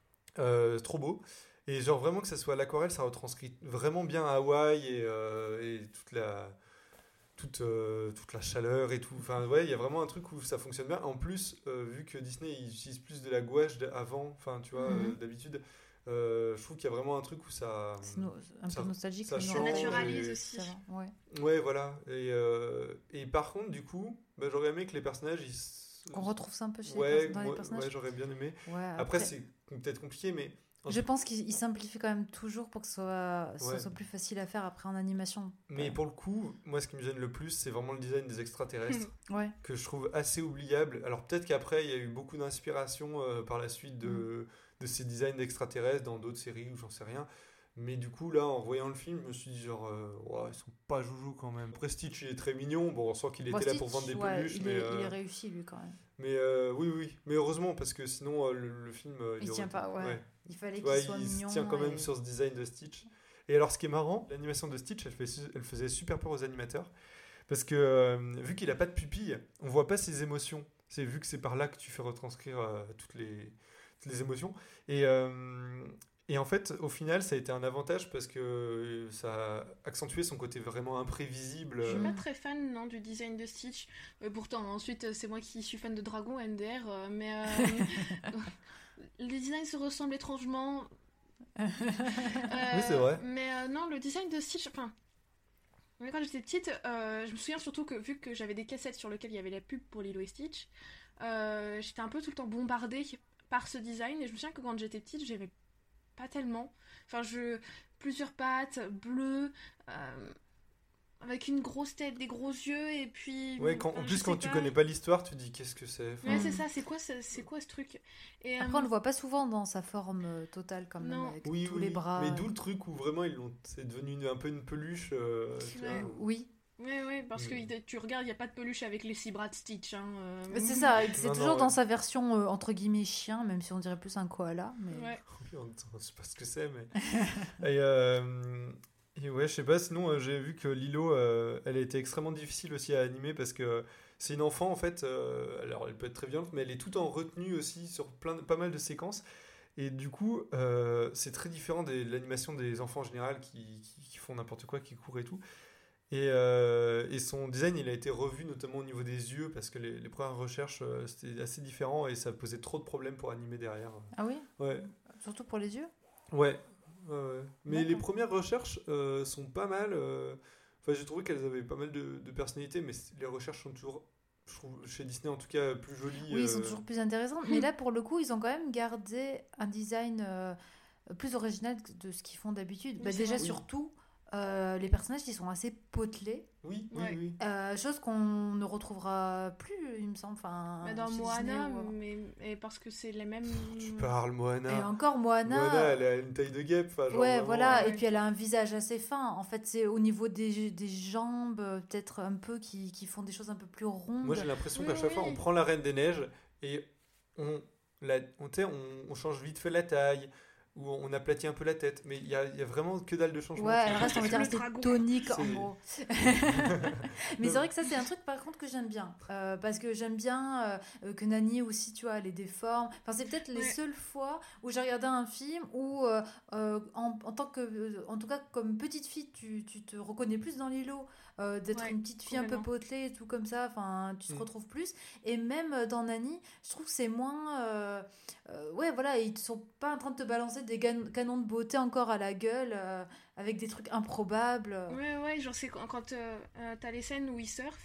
euh, trop beau. Et genre vraiment que ça soit à l'aquarelle, ça retranscrit vraiment bien Hawaï et, euh, et toute la toute, euh, toute la chaleur et tout. Enfin, ouais, il y a vraiment un truc où ça fonctionne bien. En plus, euh, vu que Disney ils utilisent plus de la gouache d- avant, enfin, tu vois, Mhm. euh, d'habitude, euh, je trouve qu'il y a vraiment un truc où ça. C'est no- un ça- peu nostalgique. ça mais non, change Ça naturalise et- aussi. ça va, ouais. Ouais, voilà. Et, euh, et par contre, du coup, bah, j'aurais aimé que les personnages. Ils... s- Qu'on retrouve ça un peu chez les Ouais, perso- dans les ouais, personnages. ouais, j'aurais bien aimé. Ouais, Après, c'est peut-être compliqué, mais. Je pense qu'il il simplifie quand même toujours pour que ce soit, ce Ouais. soit plus facile à faire après en animation. Mais Ouais. pour le coup, moi, ce qui me gêne le plus, c'est vraiment le design des extraterrestres. Ouais. que je trouve assez oubliable. Alors peut-être qu'après, il y a eu beaucoup d'inspiration euh, par la suite de, Mm. de ces designs d'extraterrestres dans d'autres séries ou j'en sais rien. Mais du coup, là, en voyant le film, je me suis dit genre, euh, ouais, ils sont pas joujou quand même. Après, Stitch, il est très mignon. Bon, on sent qu'il était Bon, là pour Stitch, vendre des ouais, peluches, il, mais, est, euh, il est réussi lui quand même. mais euh, oui, oui. Mais heureusement, parce que sinon, euh, le, le film... euh, Il aurait tient été- pas, ouais. Il fallait qu'il Ouais, soit il se mignon. tient quand même et- sur ce design de Stitch. Et alors, ce qui est marrant, l'animation de Stitch, elle, fait, elle faisait super peur aux animateurs. Parce que, euh, vu qu'il n'a pas de pupille, on ne voit pas ses émotions. C'est vu que c'est par là que tu fais retranscrire euh, toutes, les, toutes les émotions. Et, euh, et en fait, au final, ça a été un avantage parce que ça a accentué son côté vraiment imprévisible. Je suis pas très fan non, du design de Stitch. Euh, pourtant, ensuite, c'est moi qui suis fan de Dragon, M D R. Euh, mais euh, les designs se ressemblent étrangement. Euh, oui, c'est vrai. Mais euh, non, le design de Stitch... Enfin, quand j'étais petite, euh, je me souviens surtout que vu que j'avais des cassettes sur lesquelles il y avait la pub pour Lilo et Stitch, euh, j'étais un peu tout le temps bombardée par ce design. Et je me souviens que quand j'étais petite, j'aimais pas tellement. Enfin, je... Plusieurs pattes, bleues... Euh... Avec une grosse tête, des gros yeux, et puis... Ouais, quand, en enfin, plus, quand tu pas. connais pas l'histoire, tu te dis qu'est-ce que c'est. Enfin... Ouais, c'est ça, c'est quoi, c'est, c'est quoi ce truc et, Après, euh... on le voit pas souvent dans sa forme euh, totale, quand même, non. avec oui, tous oui, les bras. Mais d'où le truc où vraiment, ils l'ont... c'est devenu une, un peu une peluche. Euh, tu ouais. vois. Oui. Oui, oui, parce Mm. que tu regardes, il n'y a pas de peluche avec les six bras de Stitch. Hein, euh... C'est ça, c'est Non, toujours non, dans ouais. sa version, euh, entre guillemets, chien, même si on dirait plus un koala. Mais... Ouais. Oui, on ne sait pas ce que c'est, mais... et, euh, et ouais, je sais pas, sinon, euh, j'ai vu que Lilo, euh, elle a été extrêmement difficile aussi à animer parce que c'est une enfant, en fait, euh, alors elle peut être très violente, mais elle est tout en retenue aussi sur plein de- pas mal de séquences. Et du coup, euh, c'est très différent des- de l'animation des enfants en général qui, qui- qui font n'importe quoi, qui courent et tout. Et, euh, et son design, il a été revu notamment au niveau des yeux parce que les, les premières recherches, euh, c'était assez différent et ça posait trop de problèmes pour animer derrière. Ah oui. Ouais. Surtout pour les yeux. Ouais. ouais, ouais. Mais D'accord. les premières recherches euh, sont pas mal. euh, Enfin, j'ai trouvé qu'elles avaient pas mal de, de personnalité, mais c- les recherches sont toujours, je trouve, chez Disney en tout cas, plus jolies. Oui, ils sont euh, toujours plus intéressants. Mais là, pour le coup, ils ont quand même gardé un design euh, plus original de ce qu'ils font d'habitude. Oui, Bah, c'est déjà, vrai. surtout, euh, les personnages, ils sont assez potelés. Oui, oui, Ouais. oui. Euh, chose qu'on ne retrouvera plus, il me semble. Enfin, Mais dans chez Moana, Disney ou- mais, et parce que c'est les mêmes... Tu parles, Moana. Et encore, Moana. Moana, elle a une taille de guêpe. enfin, genre Ouais, vraiment, voilà. euh, Et puis, elle a un visage assez fin. En fait, c'est au niveau des, des jambes, euh, peut-être un peu, qui, qui font des choses un peu plus rondes. Moi, j'ai l'impression Oui, qu'à chaque oui. fois, on prend la Reine des Neiges et on, la, on, tu sais, on, on change vite fait la taille ou on aplatit un peu la tête. Mais il y a, il y a vraiment que dalle de changement. Ouais, elle reste, on va dire, Le restée dragon. tonique, en C'est- gros. Mais c'est vrai que ça, c'est un truc, par contre, que j'aime bien. Euh, parce que j'aime bien euh, que Nani aussi, tu vois, elle les déforme. Enfin, c'est peut-être les Ouais. seules fois où j'ai regardé un film où, euh, euh, en, en tant que, euh, en tout cas, comme petite fille, tu, tu te reconnais plus dans Lilo, euh, d'être Ouais, une petite fille un peu complètement. potelée et tout comme ça. Enfin, tu te Mm. retrouves plus. Et même euh, dans Nani, je trouve que c'est moins. euh, euh, ouais, voilà, ils sont pas en train de te balancer des gan- canons de beauté encore à la gueule euh, avec des trucs improbables. Ouais, ouais, genre c'est quand, quand euh, euh, t'as les scènes où ils surfent,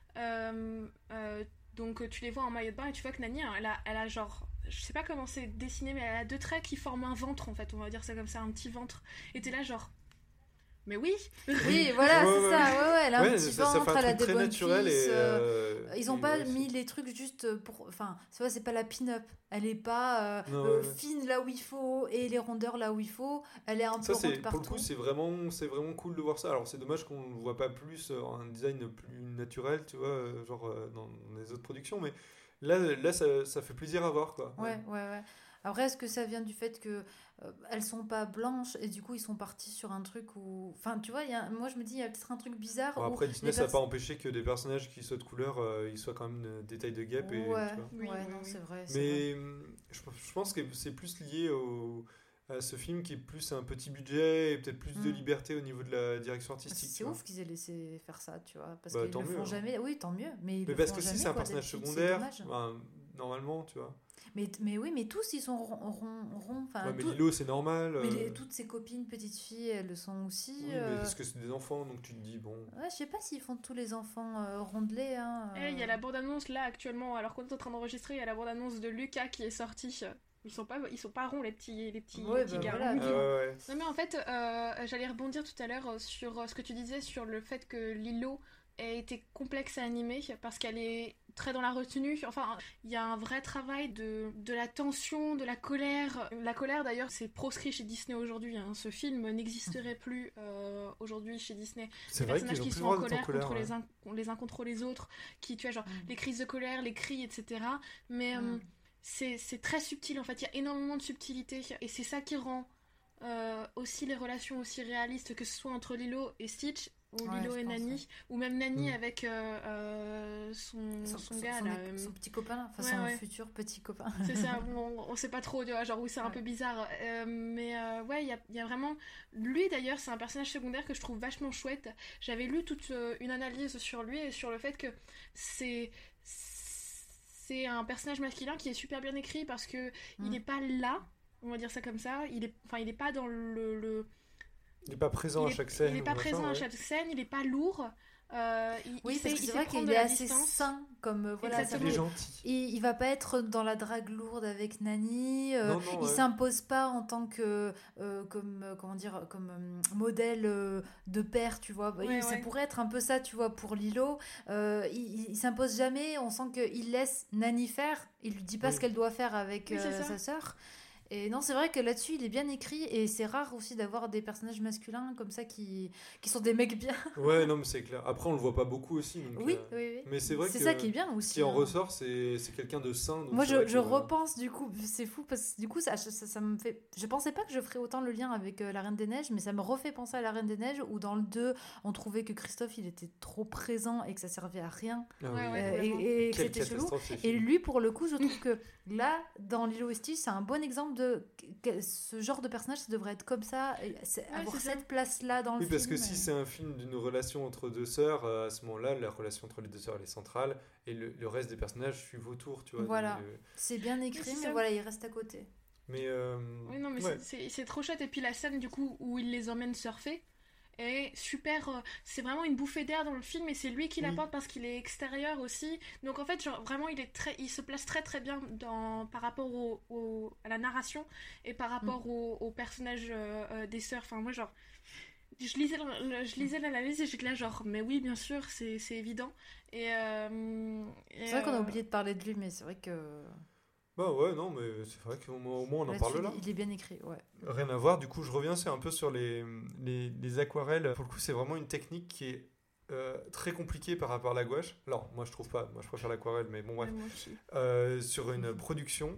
euh, euh, donc euh, tu les vois en maillot de bain et tu vois que Nani, hein, elle a, elle a genre, je sais pas comment c'est dessiné, mais elle a deux traits qui forment un ventre en fait, on va dire ça comme ça, un petit ventre. Et t'es là genre, mais oui. Oui, voilà, Ouais, c'est ouais, ça. ouais. Ouais, ouais, elle a un Ouais, petit ça, ça ventre, fait elle un a truc des très bonnes naturel cuisses. et. euh, euh, Ils ont et pas ouais, mis c'est- les trucs juste pour. Enfin, ça va, c'est pas la pin-up. Elle est pas euh, Non, euh, ouais, ouais. fine là où il faut et les rondeurs là où il faut. Elle est un Ça, peu c'est, ronde pour partout. le coup, c'est vraiment, c'est vraiment cool de voir ça. Alors, c'est dommage qu'on ne voit pas plus euh, un design plus naturel, tu vois, euh, genre euh, dans les autres productions, mais là, là ça, ça fait plaisir à voir, quoi. Ouais, ouais, ouais. Après, est-ce que ça vient du fait que euh, elles sont pas blanches et du coup ils sont partis sur un truc où. Enfin, tu vois, il y a... moi je me dis, il y a peut-être un truc bizarre. Bon, où après, Disney, les ça n'a pers- pas empêché que des personnages qui soient de couleur, euh, ils soient quand même euh, des tailles de guêpe. Et, Ouais, tu vois. Oui, ouais, oui, non, oui. c'est vrai. c'est vrai. Mais hum, je, je pense que c'est plus lié au, à ce film qui est plus un petit budget et peut-être plus de Mm. liberté au niveau de la direction artistique. tu C'est vois. ouf qu'ils aient laissé faire ça, tu vois. Parce Bah, qu'ils tant le mieux, font hein. jamais. Oui, tant mieux. Mais, ils Mais le parce font que si jamais, c'est un quoi, personnage d'habitude, c'est secondaire, dommage. ben, normalement, tu vois. Mais, mais oui, mais tous ils sont ronds. ronds, ronds, enfin, Ouais, mais tout- Lilo, c'est normal. mais euh, les- toutes ses copines petites filles, elles le sont aussi. Oui, euh, mais parce que c'est des enfants, donc tu te dis, bon. Ouais, je sais pas s'ils font tous les enfants euh, rondelés. Hein, Eh, il y a euh. la bande-annonce là actuellement, alors qu'on est en train d'enregistrer, il y a la bande-annonce de Lucas qui est sortie. Ils sont pas, ils sont pas ronds les petits, les petits, Ouais, les petits bah garçons. voilà. Ah ouais, ouais. Non mais en fait, euh, j'allais rebondir tout à l'heure euh, sur euh, ce que tu disais sur le fait que Lilo ait été complexe à animer parce qu'elle est très dans la retenue. Enfin, il y a un vrai travail de, de la tension, de la colère. La colère d'ailleurs, c'est proscrit chez Disney aujourd'hui. Hein. Ce film n'existerait plus euh, aujourd'hui chez Disney. C'est Les vrai personnages qu'ils ont qui plus sont le en droit d'être colère, en colère. contre ouais. les, uns, les uns contre les autres, qui, tu vois, genre Mm. les crises de colère, les cris, et cetera. Mais euh, Mm. c'est c'est très subtil en fait. Il y a énormément de subtilité et c'est ça qui rend euh, aussi les relations aussi réalistes, que ce soit entre Lilo et Stitch, ou Ouais, Lilo je et pense, Nani, ouais. ou même Nani Mm. avec euh, euh, son, son, son, gars son, là. son euh, petit copain, là. Enfin ouais, son ouais. futur petit copain. C'est ça, on, on sait pas trop, tu vois, genre oui c'est un Ouais. peu bizarre. Euh, mais euh, ouais, il y a, y a vraiment... Lui d'ailleurs, c'est un personnage secondaire que je trouve vachement chouette. J'avais lu toute euh, une analyse sur lui et sur le fait que c'est... C'est un personnage masculin qui est super bien écrit parce que Mm. il n'est pas là, on va dire ça comme ça. Il est, enfin, il est pas dans le... le... Il n'est pas présent il à est- chaque scène. Il n'est ou pas machin, présent à ouais. chaque scène, il n'est pas lourd. Euh, il, Oui, il parce sait, que il c'est sait vrai prendre qu'il de est la assez distance. sain, comme euh, voilà. Exactement. Il est ça- gentil. Il, il va pas être dans la drague lourde avec Nani. euh, Non, non, il ouais. s'impose pas en tant que euh, comme euh, comment dire comme euh, modèle euh, de père, tu vois. Ouais, Il- ça ouais. pourrait être un peu ça, tu vois, pour Lilo. Euh, il, il- il s'impose jamais. On sent qu'il laisse Nani faire. Il lui dit pas Oui. ce qu'elle doit faire avec Oui, c'est euh, ça. sa sœur. Et non, c'est vrai que là-dessus, il est bien écrit et c'est rare aussi d'avoir des personnages masculins comme ça qui, qui sont des mecs bien. Ouais, non, mais c'est clair. Après, on le voit pas beaucoup aussi. Donc, Oui, euh, oui, oui. Mais c'est vrai que ça qui est bien ce aussi. qui en hein. ressort, c'est c'est quelqu'un de sain. donc Moi, c'est je, vrai je que- repense du coup, c'est fou parce que du coup, ça, ça, ça me fait. Je pensais pas que je ferais autant le lien avec euh, la Reine des Neiges, mais ça me refait penser à la Reine des Neiges où dans le deux, on trouvait que Christophe il était trop présent et que ça servait à rien Ah Ouais, oui. ouais. euh, complètement. et, et que Quelle c'était chelou. catastrophe, ces Et films. lui, pour le coup, je trouve que là, dans Lilo et Stitch, c'est un bon exemple de que ce genre de personnage, ça devrait être comme ça, et c'est- avoir c'est ça. cette place-là dans le Oui, film. parce que si c'est un film d'une relation entre deux sœurs, euh, à ce moment-là, la relation entre les deux sœurs elle est centrale et le, le reste des personnages suivent autour, tu vois. Voilà. Euh, c'est bien écrit, Oui, c'est mais ça. voilà, il reste à côté. mais euh, Oui, non, mais ouais. c'est- c'est c'est trop chouette. Et puis la scène, du coup, où il les emmène surfer est super. euh, C'est vraiment une bouffée d'air dans le film et c'est lui qui Oui. l'apporte parce qu'il est extérieur aussi. Donc en fait, genre, vraiment, il, est très, il se place très très bien dans, par rapport au, au- à la narration et par rapport au, au personnage euh, euh, des sœurs. Enfin, moi, genre. Je lisais, le- le- je lisais l'analyse et j'étais là genre mais oui bien sûr c'est c'est évident et, euh, et, C'est vrai qu'on a euh, oublié de parler de lui, mais c'est vrai que. Bah ouais, non, mais c'est vrai qu'au moins, au moins, on en là-dessus, parle là. Il est bien écrit, ouais. Rien à voir, du coup je reviens c'est un peu sur les, les, les aquarelles. Pour le coup c'est vraiment une technique qui est euh, très compliquée par rapport à la gouache. Alors moi je trouve pas, moi je préfère l'aquarelle, mais bon bref. ouais, moi aussi. Euh, sur une production,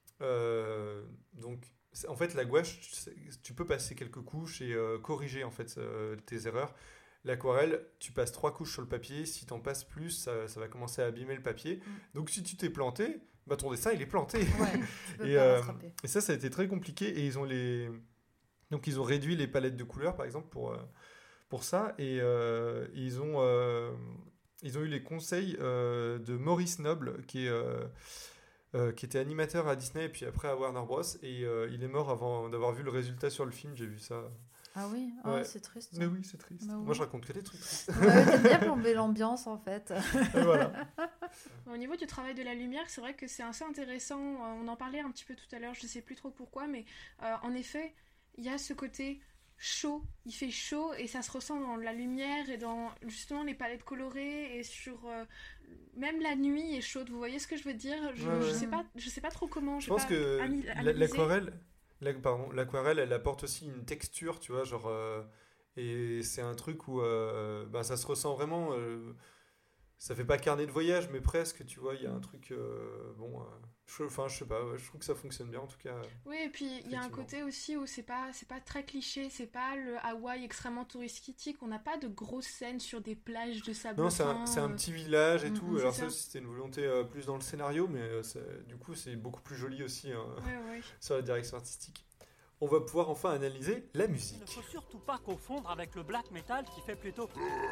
euh, donc c'est- en fait la gouache c'est- tu peux passer quelques couches et euh, corriger en fait euh, tes erreurs. L'aquarelle, tu passes trois couches sur le papier, si t'en passes plus, ça, ça va commencer à abîmer le papier. Donc si tu t'es planté, bah ton dessin il est planté. Ouais, tu peux Et, pas euh, rattraper. Et ça, ça a été très compliqué. Et ils ont les, donc ils ont réduit les palettes de couleurs, par exemple, pour euh, pour ça. Et euh, ils ont euh, ils ont eu les conseils euh, de Maurice Noble, qui est euh, euh, qui était animateur à Disney et puis après à Warner Bros. Et euh, il est mort avant d'avoir vu le résultat sur le film. J'ai vu ça. Ah oui, ah, Ouais. c'est triste. Mais oui, c'est triste. Bah oui. Moi, je raconte que des trucs tristes. Ouais, t'aimes bien plomber l'ambiance en fait. Et voilà. Au niveau du travail de la lumière, c'est vrai que c'est assez intéressant. Euh, On en parlait un petit peu tout à l'heure, je sais plus trop pourquoi, mais euh, en effet, il y a ce côté chaud. Il fait chaud et ça se ressent dans la lumière et dans justement les palettes colorées et sur euh, même la nuit est chaude. Vous voyez ce que je veux dire? Je, Ouais, je ouais. sais pas, je sais pas trop comment. Je j'ai pense pas que ani- la- analysé. l'aquarelle, la- pardon, l'aquarelle, elle apporte aussi une texture, tu vois, genre, euh, et c'est un truc où euh, bah, ça se ressent vraiment. euh, ça fait pas carnet de voyage, mais presque, tu vois, il y a un truc, euh, bon, euh, je, enfin, je sais pas, ouais, je trouve que ça fonctionne bien en tout cas. Oui, et puis il y a un Effectivement. côté aussi où c'est pas, c'est pas très cliché, c'est pas le Hawaï extrêmement touristique, on n'a pas de grosses scènes sur des plages de sable Non, c'est fin. un, c'est un euh, petit village et Mm, tout. mm, Alors c'est ça, ça. aussi, c'était une volonté euh, plus dans le scénario, mais euh, c'est- du coup, c'est beaucoup plus joli aussi hein, Ouais, ouais. sur la direction artistique. On va pouvoir enfin analyser la Il ne musique. faut surtout pas confondre avec le black metal qui fait plutôt...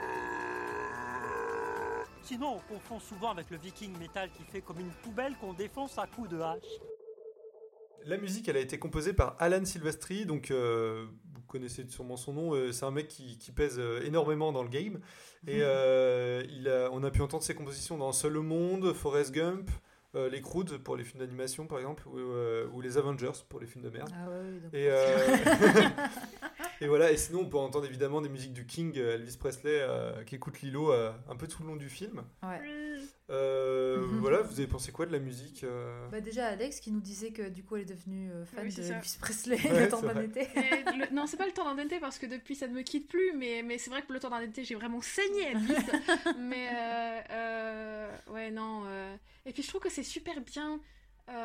Sinon, on confond souvent avec le viking metal qui fait comme une poubelle qu'on défonce à coups de hache. La musique, elle a été composée par Alan Silvestri, donc euh, vous connaissez sûrement son nom, euh, c'est un mec qui, qui pèse euh, énormément dans le game. Et euh, il a, on a pu entendre ses compositions dans Seul au monde, Forrest Gump, euh, les Croods pour les films d'animation par exemple, ou, euh, ou les Avengers pour les films de merde. Ah ouais, oui, donc- Et, euh, et voilà, et sinon on peut entendre évidemment des musiques du King, euh, Elvis Presley, euh, qui écoute Lilo euh, un peu tout le long du film. Ouais. Euh, voilà, vous avez pensé quoi de la musique euh Bah déjà Alex qui nous disait que du coup elle est devenue euh, fan Oui, de c'est ça. Elvis Presley Ouais, le temps c'est d'un vrai. été. Et le- non, c'est pas le temps d'un été parce que depuis ça ne me quitte plus, mais, mais c'est vrai que le temps d'un été j'ai vraiment saigné Elvis. mais euh, euh, ouais, non. euh, Et puis je trouve que c'est super bien euh,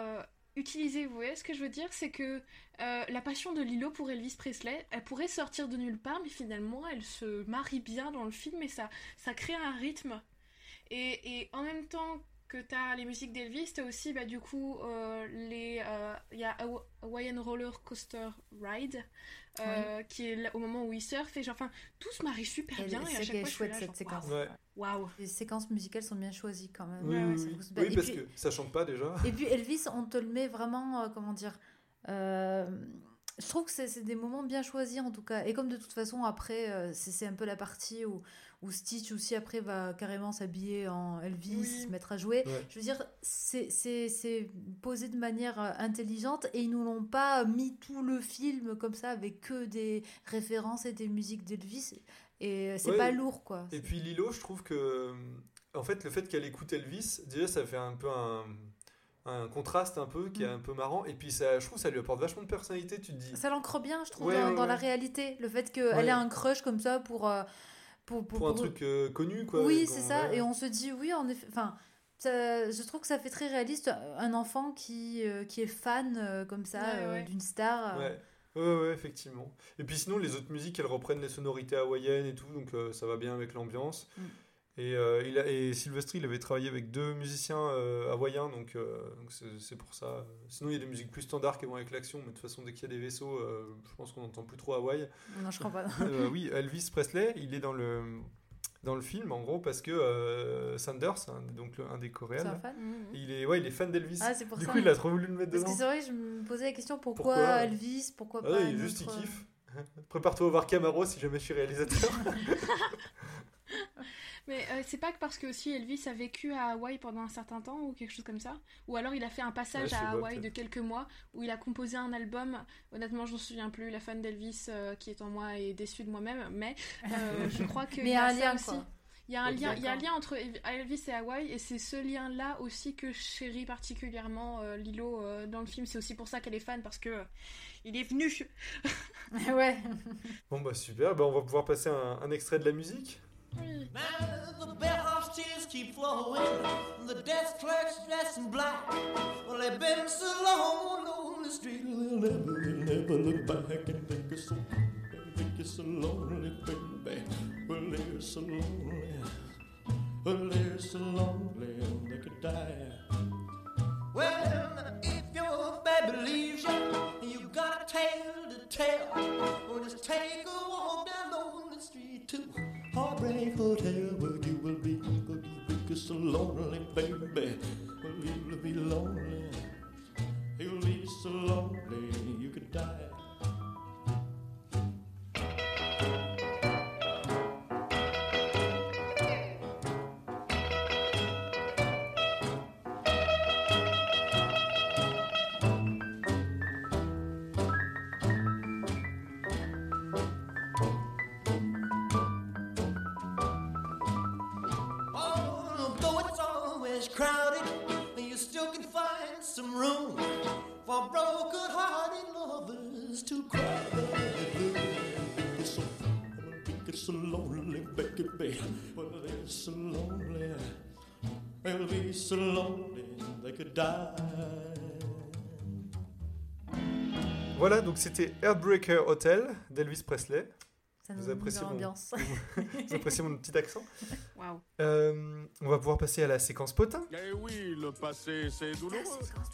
utilisé, vous voyez ce que je veux dire, c'est que euh, la passion de Lilo pour Elvis Presley, elle pourrait sortir de nulle part, mais finalement elle se marie bien dans le film et ça, ça crée un rythme. Et, et en même temps que t'as les musiques d'Elvis, t'as aussi bah, du coup euh, les il euh, y a Hawaiian Roller Coaster Ride euh, oui. qui est là, au moment où il surfe et genre enfin tout se marie super et bien et à chaque fois je suis là cette genre, séquence. Waouh. Ouais. Wow. Les séquences musicales sont bien choisies quand même. Oui, ouais, oui, ouais, ça oui. pousse- Oui, et parce puis, que ça chante pas déjà. et puis Elvis, on te le met vraiment, euh, comment dire, euh, je trouve que c'est, c'est des moments bien choisis en tout cas. Et comme de toute façon après, euh, c'est, c'est un peu la partie où, où Stitch aussi après va carrément s'habiller en Elvis, Oui. se mettre à jouer. Ouais. Je veux dire, c'est, c'est, c'est posé de manière euh, intelligente et ils nous l'ont pas mis tout le film comme ça avec que des références et des musiques d'Elvis. Et c'est Ouais. pas lourd quoi. Et puis Lilo, je trouve que en fait le fait qu'elle écoute Elvis, déjà ça fait un peu un, un contraste un peu qui est Mm. un peu marrant et puis ça, je trouve que ça lui apporte vachement de personnalité. Tu te dis Ça l'ancre bien, je trouve, Ouais, dans, ouais, dans la ouais. réalité. Le fait qu'elle Ouais. ait un crush comme ça pour. euh, pour, pour un truc euh, connu quoi. Oui, qu'on- c'est ça. ouais. Et on se dit, oui, en effet. Enfin, ça- je trouve que ça fait très réaliste. Un enfant qui, euh, qui est fan euh, comme ça Ouais, euh, ouais. d'une star. euh, Ouais. Ouais, ouais, effectivement. Et puis sinon, les autres musiques, elles reprennent les sonorités hawaïennes et tout, donc euh, ça va bien avec l'ambiance. Mm. Et, euh, il a, et Silvestri, il avait travaillé avec deux musiciens euh, hawaïens, donc euh, donc c'est, c'est pour ça. Sinon, il y a des musiques plus standards qui vont avec l'action, mais de toute façon, dès qu'il y a des vaisseaux, euh, je pense qu'on n'entend plus trop Hawaï. Non, je crois pas. Euh, oui, Elvis Presley, il est dans le, dans le film, en gros, parce que euh, Sanders, hein, donc le- un des Coréens, C'est un là, fan. Mhm. il est, ouais, il est fan d'Elvis. Ah, c'est pour du ça. coup, il a trop voulu le mettre Parce dedans. que c'est vrai, je me posais la question pourquoi, Pourquoi Elvis, pourquoi Ah pas. ouais, un il, juste, il autre, euh, kiffe. Prépare-toi à voir Camaro si jamais je suis réalisateur. Mais euh, c'est pas que parce que aussi Elvis a vécu à Hawaï pendant un certain temps ou quelque chose comme ça, ou alors il a fait un passage Ouais, je sais à pas, Hawaï de peut-être. quelques mois où il a composé un album. Honnêtement, je m'en souviens plus. La fan d'Elvis euh, qui est en moi est déçue de moi-même, mais euh, je crois que Mais il y a un ça lien, aussi. quoi. Il y a un Ok, lien, il y a un d'accord. lien entre Elvis et Hawaï et c'est ce lien-là aussi que je chéris particulièrement euh, Lilo euh, dans le film. C'est aussi pour ça qu'elle est fan parce que euh, il est venu. Ouais. Bon bah super, bah, on va pouvoir passer un, un extrait de la musique. Oui. Now the bellhop's tears keep flowing, the desk clerk's dressed in black. Well, they've been so long on the street, they'll never, they'll never look back and think it's so, think it's so lonely, baby. Well, they're so lonely, well, they're so lonely, they could die. Well, if your baby leaves you, you got a tale to tell. Well, just take a walk down on the street to Heartbreak Hotel, where you will be, where you will be so lonely, baby. Well, you'll be lonely, you'll be so lonely, you could die. Oh, though it's always crowded, you still can find some room for broken-hearted lovers to cry. It's so, it's so lonely, baby. Well, they're so lonely. They'll be so lonely they could die. Voilà, donc c'était Heartbreaker Hotel d'Elvis Presley. Ça Vous nous met appréciez dans mon- l'ambiance. Vous appréciez mon petit accent. Waouh. Euh, On va pouvoir passer à la séquence potin. Eh oui, le passé, c'est douloureux.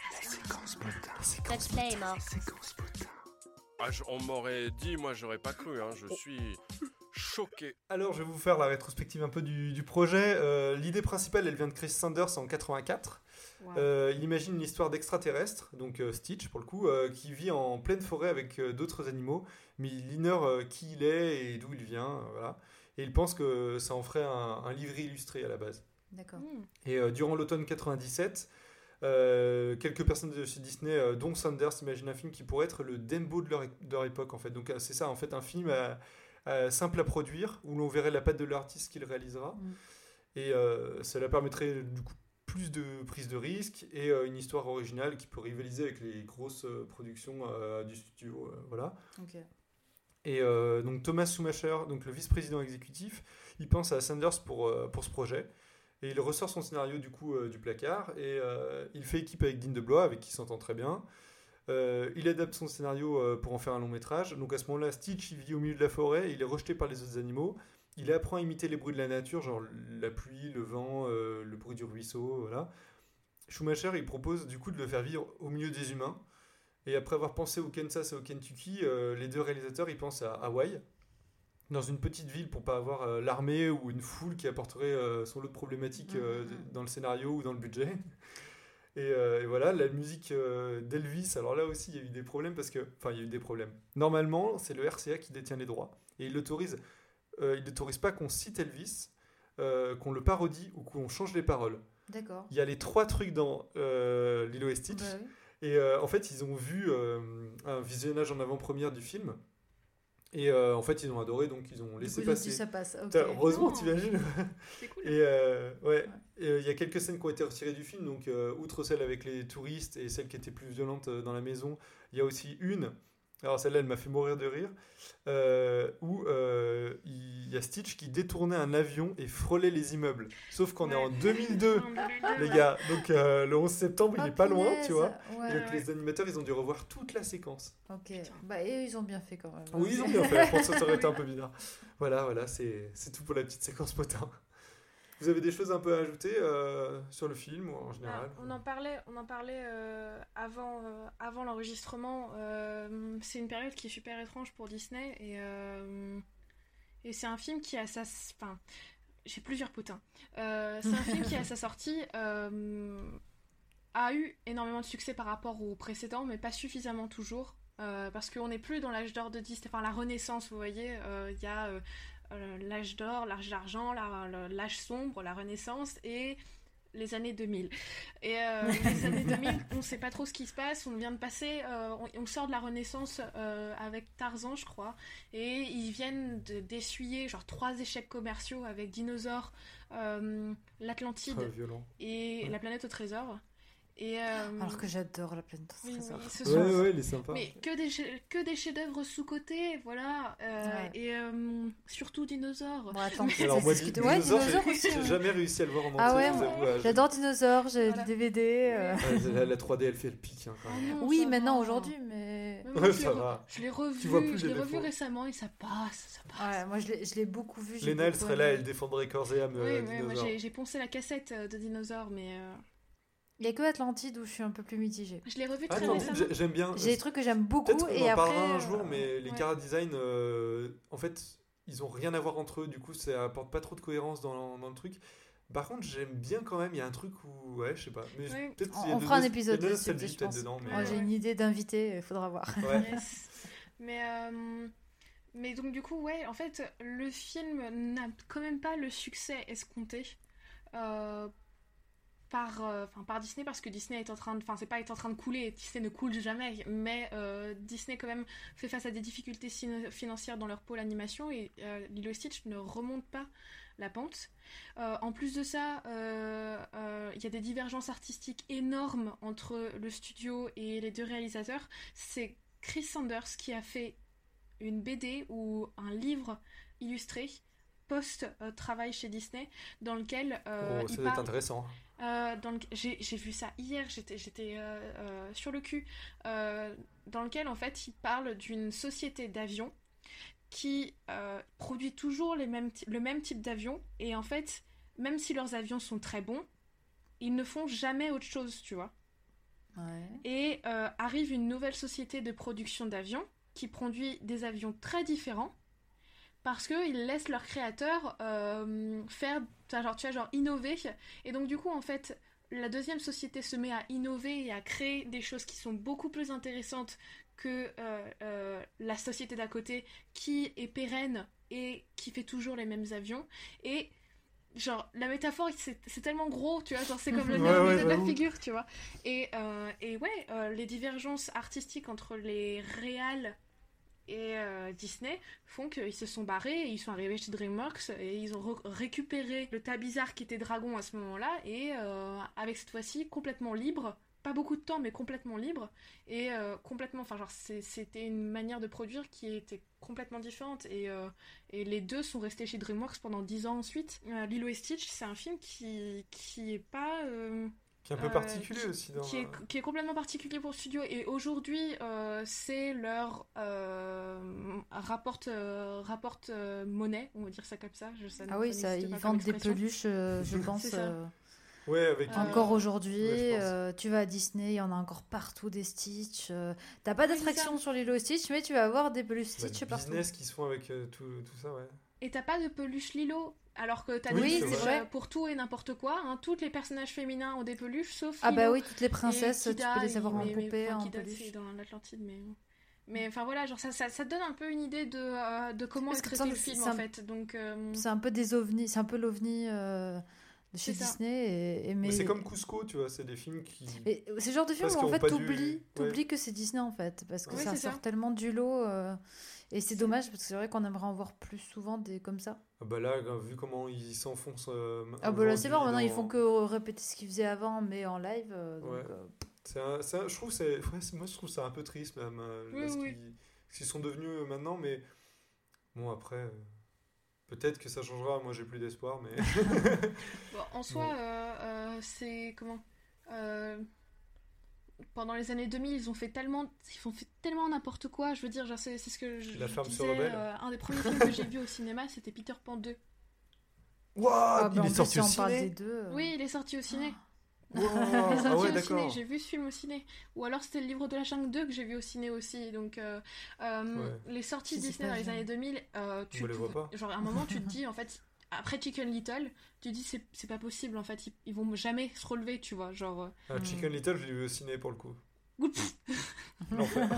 Let's play, Marc. Ah, je- on m'aurait dit, moi j'aurais pas cru, hein. Je suis choqué. Alors, je vais vous faire la rétrospective un peu du, du projet. Euh, L'idée principale, elle vient de Chris Sanders en quatre-vingt-quatre. Wow. Euh, il imagine une histoire d'extraterrestre, donc euh, Stitch pour le coup, euh, qui vit en pleine forêt avec euh, d'autres animaux, mais il ignore euh, qui il est et d'où il vient, euh, voilà. Et il pense que ça en ferait un, un livret illustré à la base. D'accord. Hmm. Et euh, durant l'automne quatre-vingt-dix-sept, euh, quelques personnes de chez Disney, euh, dont Sanders, imaginent un film qui pourrait être le Dumbo de leur, é- de leur époque en fait. Donc euh, c'est ça en fait, un film à- à- simple à produire où l'on verrait la patte de l'artiste qu'il réalisera. Mm. Et euh, cela permettrait du coup plus de prise de risque et euh, une histoire originale qui peut rivaliser avec les grosses euh, productions euh, du studio. euh, voilà. Ok. Et euh, donc Thomas Schumacher, donc le vice-président exécutif, il pense à Sanders pour, euh, pour ce projet. Et il ressort son scénario du coup euh, du placard et euh, il fait équipe avec Dean DeBlois, avec qui il s'entend très bien. Euh, il adapte son scénario euh, pour en faire un long métrage. Donc à ce moment-là, Stitch il vit au milieu de la forêt, et il est rejeté par les autres animaux. Il apprend à imiter les bruits de la nature, genre la pluie, le vent, euh, le bruit du ruisseau, voilà. Schumacher il propose du coup de le faire vivre au milieu des humains. Et après avoir pensé au Kansas et au Kentucky, euh, les deux réalisateurs ils pensent à Hawaï, dans une petite ville pour pas avoir euh, l'armée ou une foule qui apporterait euh, son lot de problématiques euh, Mhm. dans le scénario ou dans le budget. Et, euh, et voilà, la musique euh, d'Elvis, alors là aussi il y a eu des problèmes parce que, enfin il y a eu des problèmes. Normalement, c'est le R C A qui détient les droits et il l'autorise, euh, il n'autorise pas qu'on cite Elvis, euh, qu'on le parodie ou qu'on change les paroles. D'accord. Il y a les trois trucs dans euh, Lilo et Stitch. Bah oui. Et euh, en fait, ils ont vu euh, un visionnage en avant-première du film. Et euh, en fait, ils ont adoré, donc ils ont Du laissé coup, ils ont passer. dit ça passe. Ok. Putain, heureusement, Non. t'imagines. C'est cool. Et euh, ouais, Et, euh, il y a quelques scènes qui ont été retirées du film. Donc, euh, outre celle avec les touristes et celle qui était plus violente euh, dans la maison, il y a aussi une. Alors celle-là, elle m'a fait mourir de rire. Euh, où euh, il y a Stitch qui détournait un avion et frôlait les immeubles. Sauf qu'on est en deux mille deux, les gars. Donc euh, le onze septembre, il Oh, est pas loin, punaise. tu vois. Ouais. Et donc Ouais. les animateurs, ils ont dû revoir toute la séquence. Ok. Bah, et ils ont bien fait quand même. Oui, ils ont bien fait. Je pense que ça aurait été un peu bizarre. Voilà, voilà, c'est c'est tout pour la petite séquence potin. Vous avez des choses un peu à ajouter euh, sur le film ou en général? Ah, on en parlait, on en parlait euh, avant, euh, avant l'enregistrement. Euh, c'est une période qui est super étrange pour Disney et, euh, et c'est un film qui a sa... Enfin, j'ai plusieurs potins. Euh, c'est un film qui à sa sortie euh, a eu énormément de succès par rapport au précédent, mais pas suffisamment toujours. Euh, parce qu'on n'est plus dans l'âge d'or de Disney, enfin la Renaissance, vous voyez, euh, il y a... Euh, Euh, l'âge d'or, l'âge d'argent, la- la- l'âge sombre, la Renaissance et les années deux mille. Et euh, les années deux mille, on sait pas trop ce qui se passe, on vient de passer, euh, on, on sort de la Renaissance euh, avec Tarzan, je crois, et ils viennent de- d'essuyer genre trois échecs commerciaux avec Dinosaures, euh, l'Atlantide Très violent. et Ouais. la planète au trésor. Et, euh, Alors que j'adore la planète au oui, trésor. oui, ce Ouais, sont- ouais, il est sympa. mais que des, che- que des chefs-d'œuvre sous-cotés, voilà. euh, Ouais. Et euh, surtout Dinosaures. Bon, attends, Alors c'est moi, ce qui Di- te- ouais, Dinosaure, Dinosaure j'ai aussi. j'ai hein. jamais réussi à le voir en entier, Ah ouais, je vous moi, avoue. euh, j'adore Dinosaure, j'ai Voilà. le D V D. euh. je- la, la trois D, elle fait le pic. Hein, quand Ah même. non, Oui, ça maintenant, va. aujourd'hui, mais... Mais Ouais, moi, je ça l'ai re- va. Je l'ai revu, Tu vois plus je les l'ai revu défauts. récemment et ça passe, ça passe. Ouais, moi, je l'ai je l'ai beaucoup vu. j'ai Léna, elle beaucoup serait là, aimé. elle défendrait corps et âme Oui, euh, oui, moi Dinosaure. j'ai j'ai poncé la cassette euh, de Dinosaures, mais euh, Il y a que Atlantide où je suis un peu plus mitigée. je l'ai revu très Attendez, récemment. j'ai- j'aime bien. J'ai des trucs que j'aime beaucoup Peut-être qu'on et en après... parlera un euh, jour, mais les ouais. chara design, euh, en fait, ils ont rien à voir entre eux. Du coup, ça apporte pas trop de cohérence dans, dans le truc. Par contre, j'aime bien quand même. Il y a un truc où, ouais, je sais pas. Mais Ouais. peut-être On, qu'il y a on de fera un nos- épisode il y a de la dessus, nostalgie je peut-être pense. dedans, mais Moi, j'ai Ouais. une idée d'invité, il faudra voir. ouais. Yes. Mais, euh, mais donc du coup, ouais, en fait, le film n'a quand même pas le succès escompté euh, par, euh, enfin, par Disney, parce que Disney est en train de... Enfin, c'est pas est en train de couler, Disney ne coule jamais, mais euh, Disney quand même fait face à des difficultés sin- financières dans leur pôle animation et euh, Lilo et Stitch ne remonte pas la pente. Euh, en plus de ça, euh, euh, il y a des divergences artistiques énormes entre le studio et les deux réalisateurs. C'est Chris Sanders qui a fait une B D ou un livre illustré post-travail chez Disney dans lequel euh, Oh, il ça doit être parle... intéressant. Euh, dans le- j'ai, j'ai vu ça hier, j'étais, j'étais euh, euh, sur le cul, euh, dans lequel en fait il parle d'une société d'avions qui euh, produit toujours les mêmes ty- le même type d'avion et en fait, même si leurs avions sont très bons, ils ne font jamais autre chose, tu vois. Ouais. Et euh, arrive une nouvelle société de production d'avions qui produit des avions très différents parce qu'ils laissent leurs créateurs euh, faire, enfin, genre, tu vois, genre innover. Et donc du coup, en fait, la deuxième société se met à innover et à créer des choses qui sont beaucoup plus intéressantes que euh, euh, la société d'à côté qui est pérenne et qui fait toujours les mêmes avions. Et genre, la métaphore, c'est, c'est tellement gros, tu vois, genre c'est comme le Ouais, nerf ouais, de la j'avoue. figure, tu vois. Et, euh, et ouais, euh, les divergences artistiques entre les réals et euh, Disney font qu'ils se sont barrés et ils sont arrivés chez DreamWorks et ils ont re- récupéré le tas bizarre qui était Dragon à ce moment-là et euh, avec cette fois-ci complètement libre pas beaucoup de temps, mais complètement libre, et euh, complètement, enfin genre c'est, c'était une manière de produire qui était complètement différente, et, euh, et les deux sont restés chez DreamWorks pendant dix ans ensuite. Euh, Lilo et Stitch, c'est un film qui, qui est pas... Euh, qui est un peu euh, particulier qui, aussi. Dans qui, est, qui est complètement particulier pour le studio, et aujourd'hui, euh, c'est leur euh, rapporte, euh, rapporte euh, monnaie, on va dire ça comme ça. Je, ça ah oui, ça, ils vendent des peluches, euh, je pense... euh... Ouais, avec encore euh... aujourd'hui, ouais, euh, tu vas à Disney, il y en a encore partout des Stitch. Euh, t'as pas d'attraction oui, sur Lilo et Stitch, mais tu vas avoir des peluches Stitch bah, partout. Business qui se font avec euh, tout, tout ça, ouais. Et t'as pas de peluche Lilo, alors que t'as oui, des c'est peluches vrai. pour tout et n'importe quoi. Hein. Tous les personnages féminins ont des peluches, sauf ah Lilo. bah oui, toutes les princesses, Kida, tu peux les avoir mais, en poupée, mais, en Kida, peluche. C'est dans l'Atlantide, mais... Mais enfin voilà, genre ça, ça, ça te donne un peu une idée de, euh, de comment est traité le film en un... fait. Donc, euh... c'est un peu des ovnis, c'est un peu l'ovni... Euh... de chez Disney et, et mais... mais c'est comme Cusco, tu vois, c'est des films qui et c'est le genre de film où en fait t'oublies dû... t'oublies ouais. que c'est Disney en fait parce que ouais, ça sort ça. tellement du lot euh... et c'est dommage parce que c'est vrai qu'on aimerait en voir plus souvent des comme ça. Ah bah là, vu comment ils s'enfoncent euh, ah bah là c'est bon, maintenant dans... ils font que répéter ce qu'ils faisaient avant mais en live euh, donc, ouais. euh... c'est un, c'est un, je trouve c'est ouais, c'est, moi je trouve ça un peu triste même euh, oui, ce, oui. Qu'ils, ce qu'ils sont devenus euh, maintenant, mais bon après euh... peut-être que ça changera, moi j'ai plus d'espoir, mais... bon, en soi, bon. euh, euh, c'est... Comment euh, pendant les années deux mille, ils ont fait tellement... Ils ont fait tellement n'importe quoi, je veux dire, genre, c'est, c'est ce que je, La je femme disais, se rebelle. Euh, un des premiers films que j'ai vu au cinéma, c'était Peter Pan deux. Waouh, ah, il bah, est sorti au on ciné deux, euh... Oui, il est sorti au ciné. Wow. Il est sorti ah ouais, au d'accord. ciné. J'ai vu ce film au ciné. Ou alors c'était le livre de la jungle deux que j'ai vu au ciné aussi. Donc euh, euh, ouais. les sorties si Disney dans les années deux mille, euh, tu on les voit pas. Genre à un moment tu te dis en fait après Chicken Little, tu te dis c'est c'est pas possible en fait ils, ils vont jamais se relever, tu vois, genre ah, Chicken Little, je l'ai vu au ciné pour le coup. L'enfer.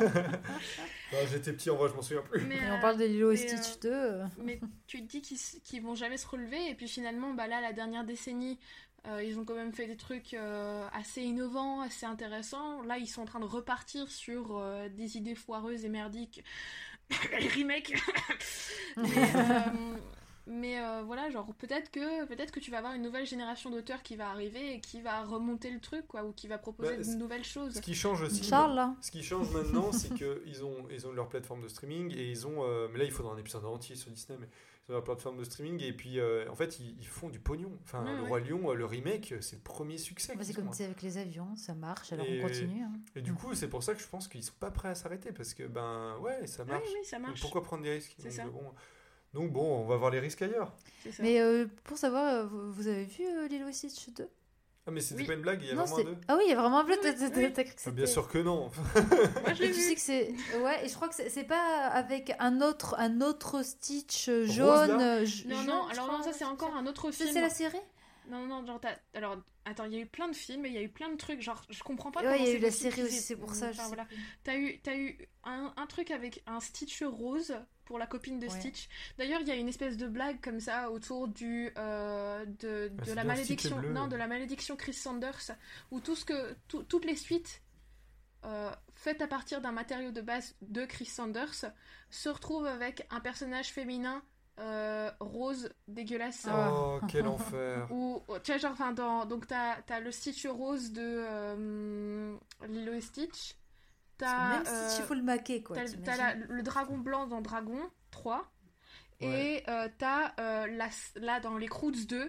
Non, j'étais petit en vrai, je m'en souviens plus. Mais, euh, on parle de Lilo et Stitch deux. Euh... Mais tu te dis qu'ils, qu'ils vont jamais se relever, et puis finalement, bah là, la dernière décennie, euh, ils ont quand même fait des trucs euh, assez innovants, assez intéressants. Là, ils sont en train de repartir sur euh, des idées foireuses et merdiques. Les remakes. Mais, euh, mais euh, voilà, genre peut-être que peut-être que tu vas avoir une nouvelle génération d'auteurs qui va arriver et qui va remonter le truc, quoi, ou qui va proposer bah, de nouvelles choses. Ce qui change aussi, Charles, là. Ce qui change maintenant, c'est que ils ont ils ont leur plateforme de streaming et ils ont euh, mais là il faudra un épisode entier sur Disney, mais ils ont leur plateforme de streaming et puis euh, en fait ils, ils font du pognon. Enfin, ouais, le ouais. Roi Lion, le remake, c'est le premier succès. Bah, c'est comme c'est avec les avions, ça marche, alors et, on continue. Hein. Et du coup, c'est pour ça que je pense qu'ils sont pas prêts à s'arrêter parce que ben ouais, ça marche. Oui, oui, ça marche. Donc, pourquoi prendre des risques? C'est Donc, ça. Bon, Donc bon, on va voir les risques ailleurs. C'est ça. Mais euh, pour savoir, euh, vous, vous avez vu euh, Lilo et Stitch deux? Ah mais c'était Oui. pas une blague, il y a non, vraiment c'est... un deux. Ah oui, il y a vraiment un blague, Oui, t'as, t'as, oui. t'as cru que Ah, c'était... bien sûr que non. Moi, je l'ai Et tu vu. sais que c'est... Ouais, et je crois que c'est, c'est pas avec un autre, un autre Stitch jaune... Rose, là euh, j- Non, jaune, non, je alors crois, non, ça c'est encore un autre Ça, film. c'est la série? Non, non, genre, t'as... Alors, attends, il y a eu plein de films et il y a eu plein de trucs, genre, je comprends pas Ouais, comment il y a c'est eu la possible série qu'ils aussi, aient- c'est pour ça, je Enfin, sais voilà. plus. T'as eu, t'as eu un, un truc avec un Stitch rose pour la copine de Ouais. Stitch. D'ailleurs, il y a une espèce de blague comme ça autour du euh, de, de Ah, c'est la bien Stitch malédiction, et bleu. non, de la malédiction Chris Sanders, où tout ce que tout- toutes les suites euh, faites à partir d'un matériau de base de Chris Sanders se retrouvent avec un personnage féminin euh, rose dégueulasse. Oh, quel enfer. Ou, tu vois, genre, enfin, dans, donc t'as, t'as le Stitch rose de euh, Lilo et Stitch. T'as, Même Stitch, il euh, faut le maquer, quoi. t'as, t'imagines. t'as la- le dragon blanc dans Dragon trois. Ouais. Et euh, t'as, euh, la, là, dans les Croods deux,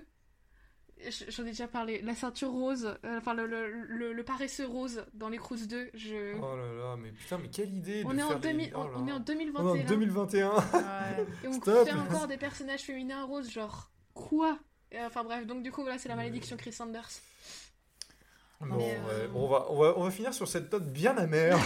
j- j'en ai déjà parlé, la ceinture rose, euh, enfin, le, le, le, le paresseux rose dans les Croods deux. Je... Oh là là, mais putain, mais quelle idée on, de est en faire deux mille, les... oh là on, on est en là. deux mille On vingt est et un. en deux mille vingt et un. Ouais. Et on Stop. fait encore des personnages féminins roses, genre, quoi? Et, Enfin bref, donc du coup, voilà, c'est la malédiction Chris Sanders. Bon, Mais, ouais, euh, bon, on, va, on, va, on va finir sur cette note bien amère.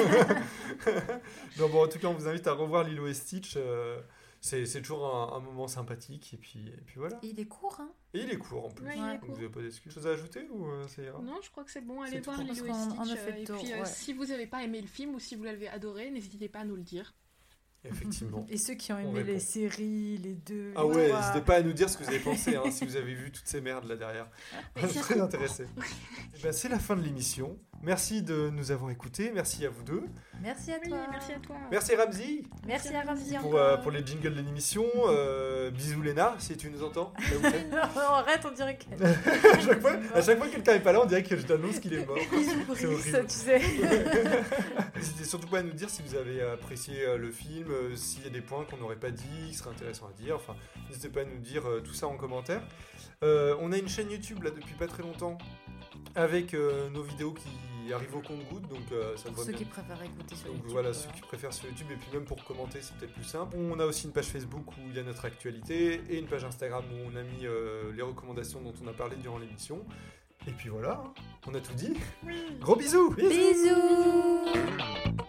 Non, bon, en tout cas, on vous invite à revoir Lilo et Stitch. euh, c'est, c'est toujours un, un moment sympathique. Et puis, et puis voilà. Et il est court, hein. Et il est court en plus. Ouais, il est Donc, court. vous n'avez pas d'excuses. Chose à ajouter ou euh, ça ira? Non, je crois que c'est bon, C'est allez tout voir pour- Lilo et parce qu'on- on a Stitch. fait euh, le Et tour, puis, euh, ouais. si vous n'avez pas aimé le film ou si vous l'avez adoré, n'hésitez pas à nous le dire. Effectivement. Et ceux qui ont On aimé répond. les séries, les deux... Ah les ouais, trois. n'hésitez pas à nous dire ce que vous avez pensé, hein, si vous avez vu toutes ces merdes là derrière. Mais On est c'est très court. intéressés. Eh ben, c'est la fin de l'émission. Merci de nous avoir écoutés. Merci à vous deux. Merci à Oui, toi. merci à toi. Merci Ramzi Merci à Ramzi pour, encore. euh, pour les jingles de l'émission. Euh, bisous Léna, si tu nous entends. Là où t'es. non, non, arrête, on dirait que... à, chaque fois, à chaque fois que quelqu'un n'est pas là, on dirait que je t'annonce qu'il est mort. C'est Brice, horrible. tu sais. N'hésitez surtout pas à nous dire si vous avez apprécié euh, le film, euh, s'il y a des points qu'on n'aurait pas dit, qui seraient intéressants à dire. Enfin, n'hésitez pas à nous dire euh, tout ça en commentaire. Euh, on a une chaîne YouTube là depuis pas très longtemps avec euh, nos vidéos qui arrivent au compte-gouttes, donc euh, ça Pour devrait ceux bien- qui préfèrent écouter sur Donc YouTube. voilà, euh, ceux qui préfèrent sur YouTube, et puis même pour commenter, c'est peut-être plus simple. On a aussi une page Facebook où il y a notre actualité, et une page Instagram où on a mis euh, les recommandations dont on a parlé durant l'émission. Et puis voilà, hein, on a tout dit. Gros bisous. Bisous.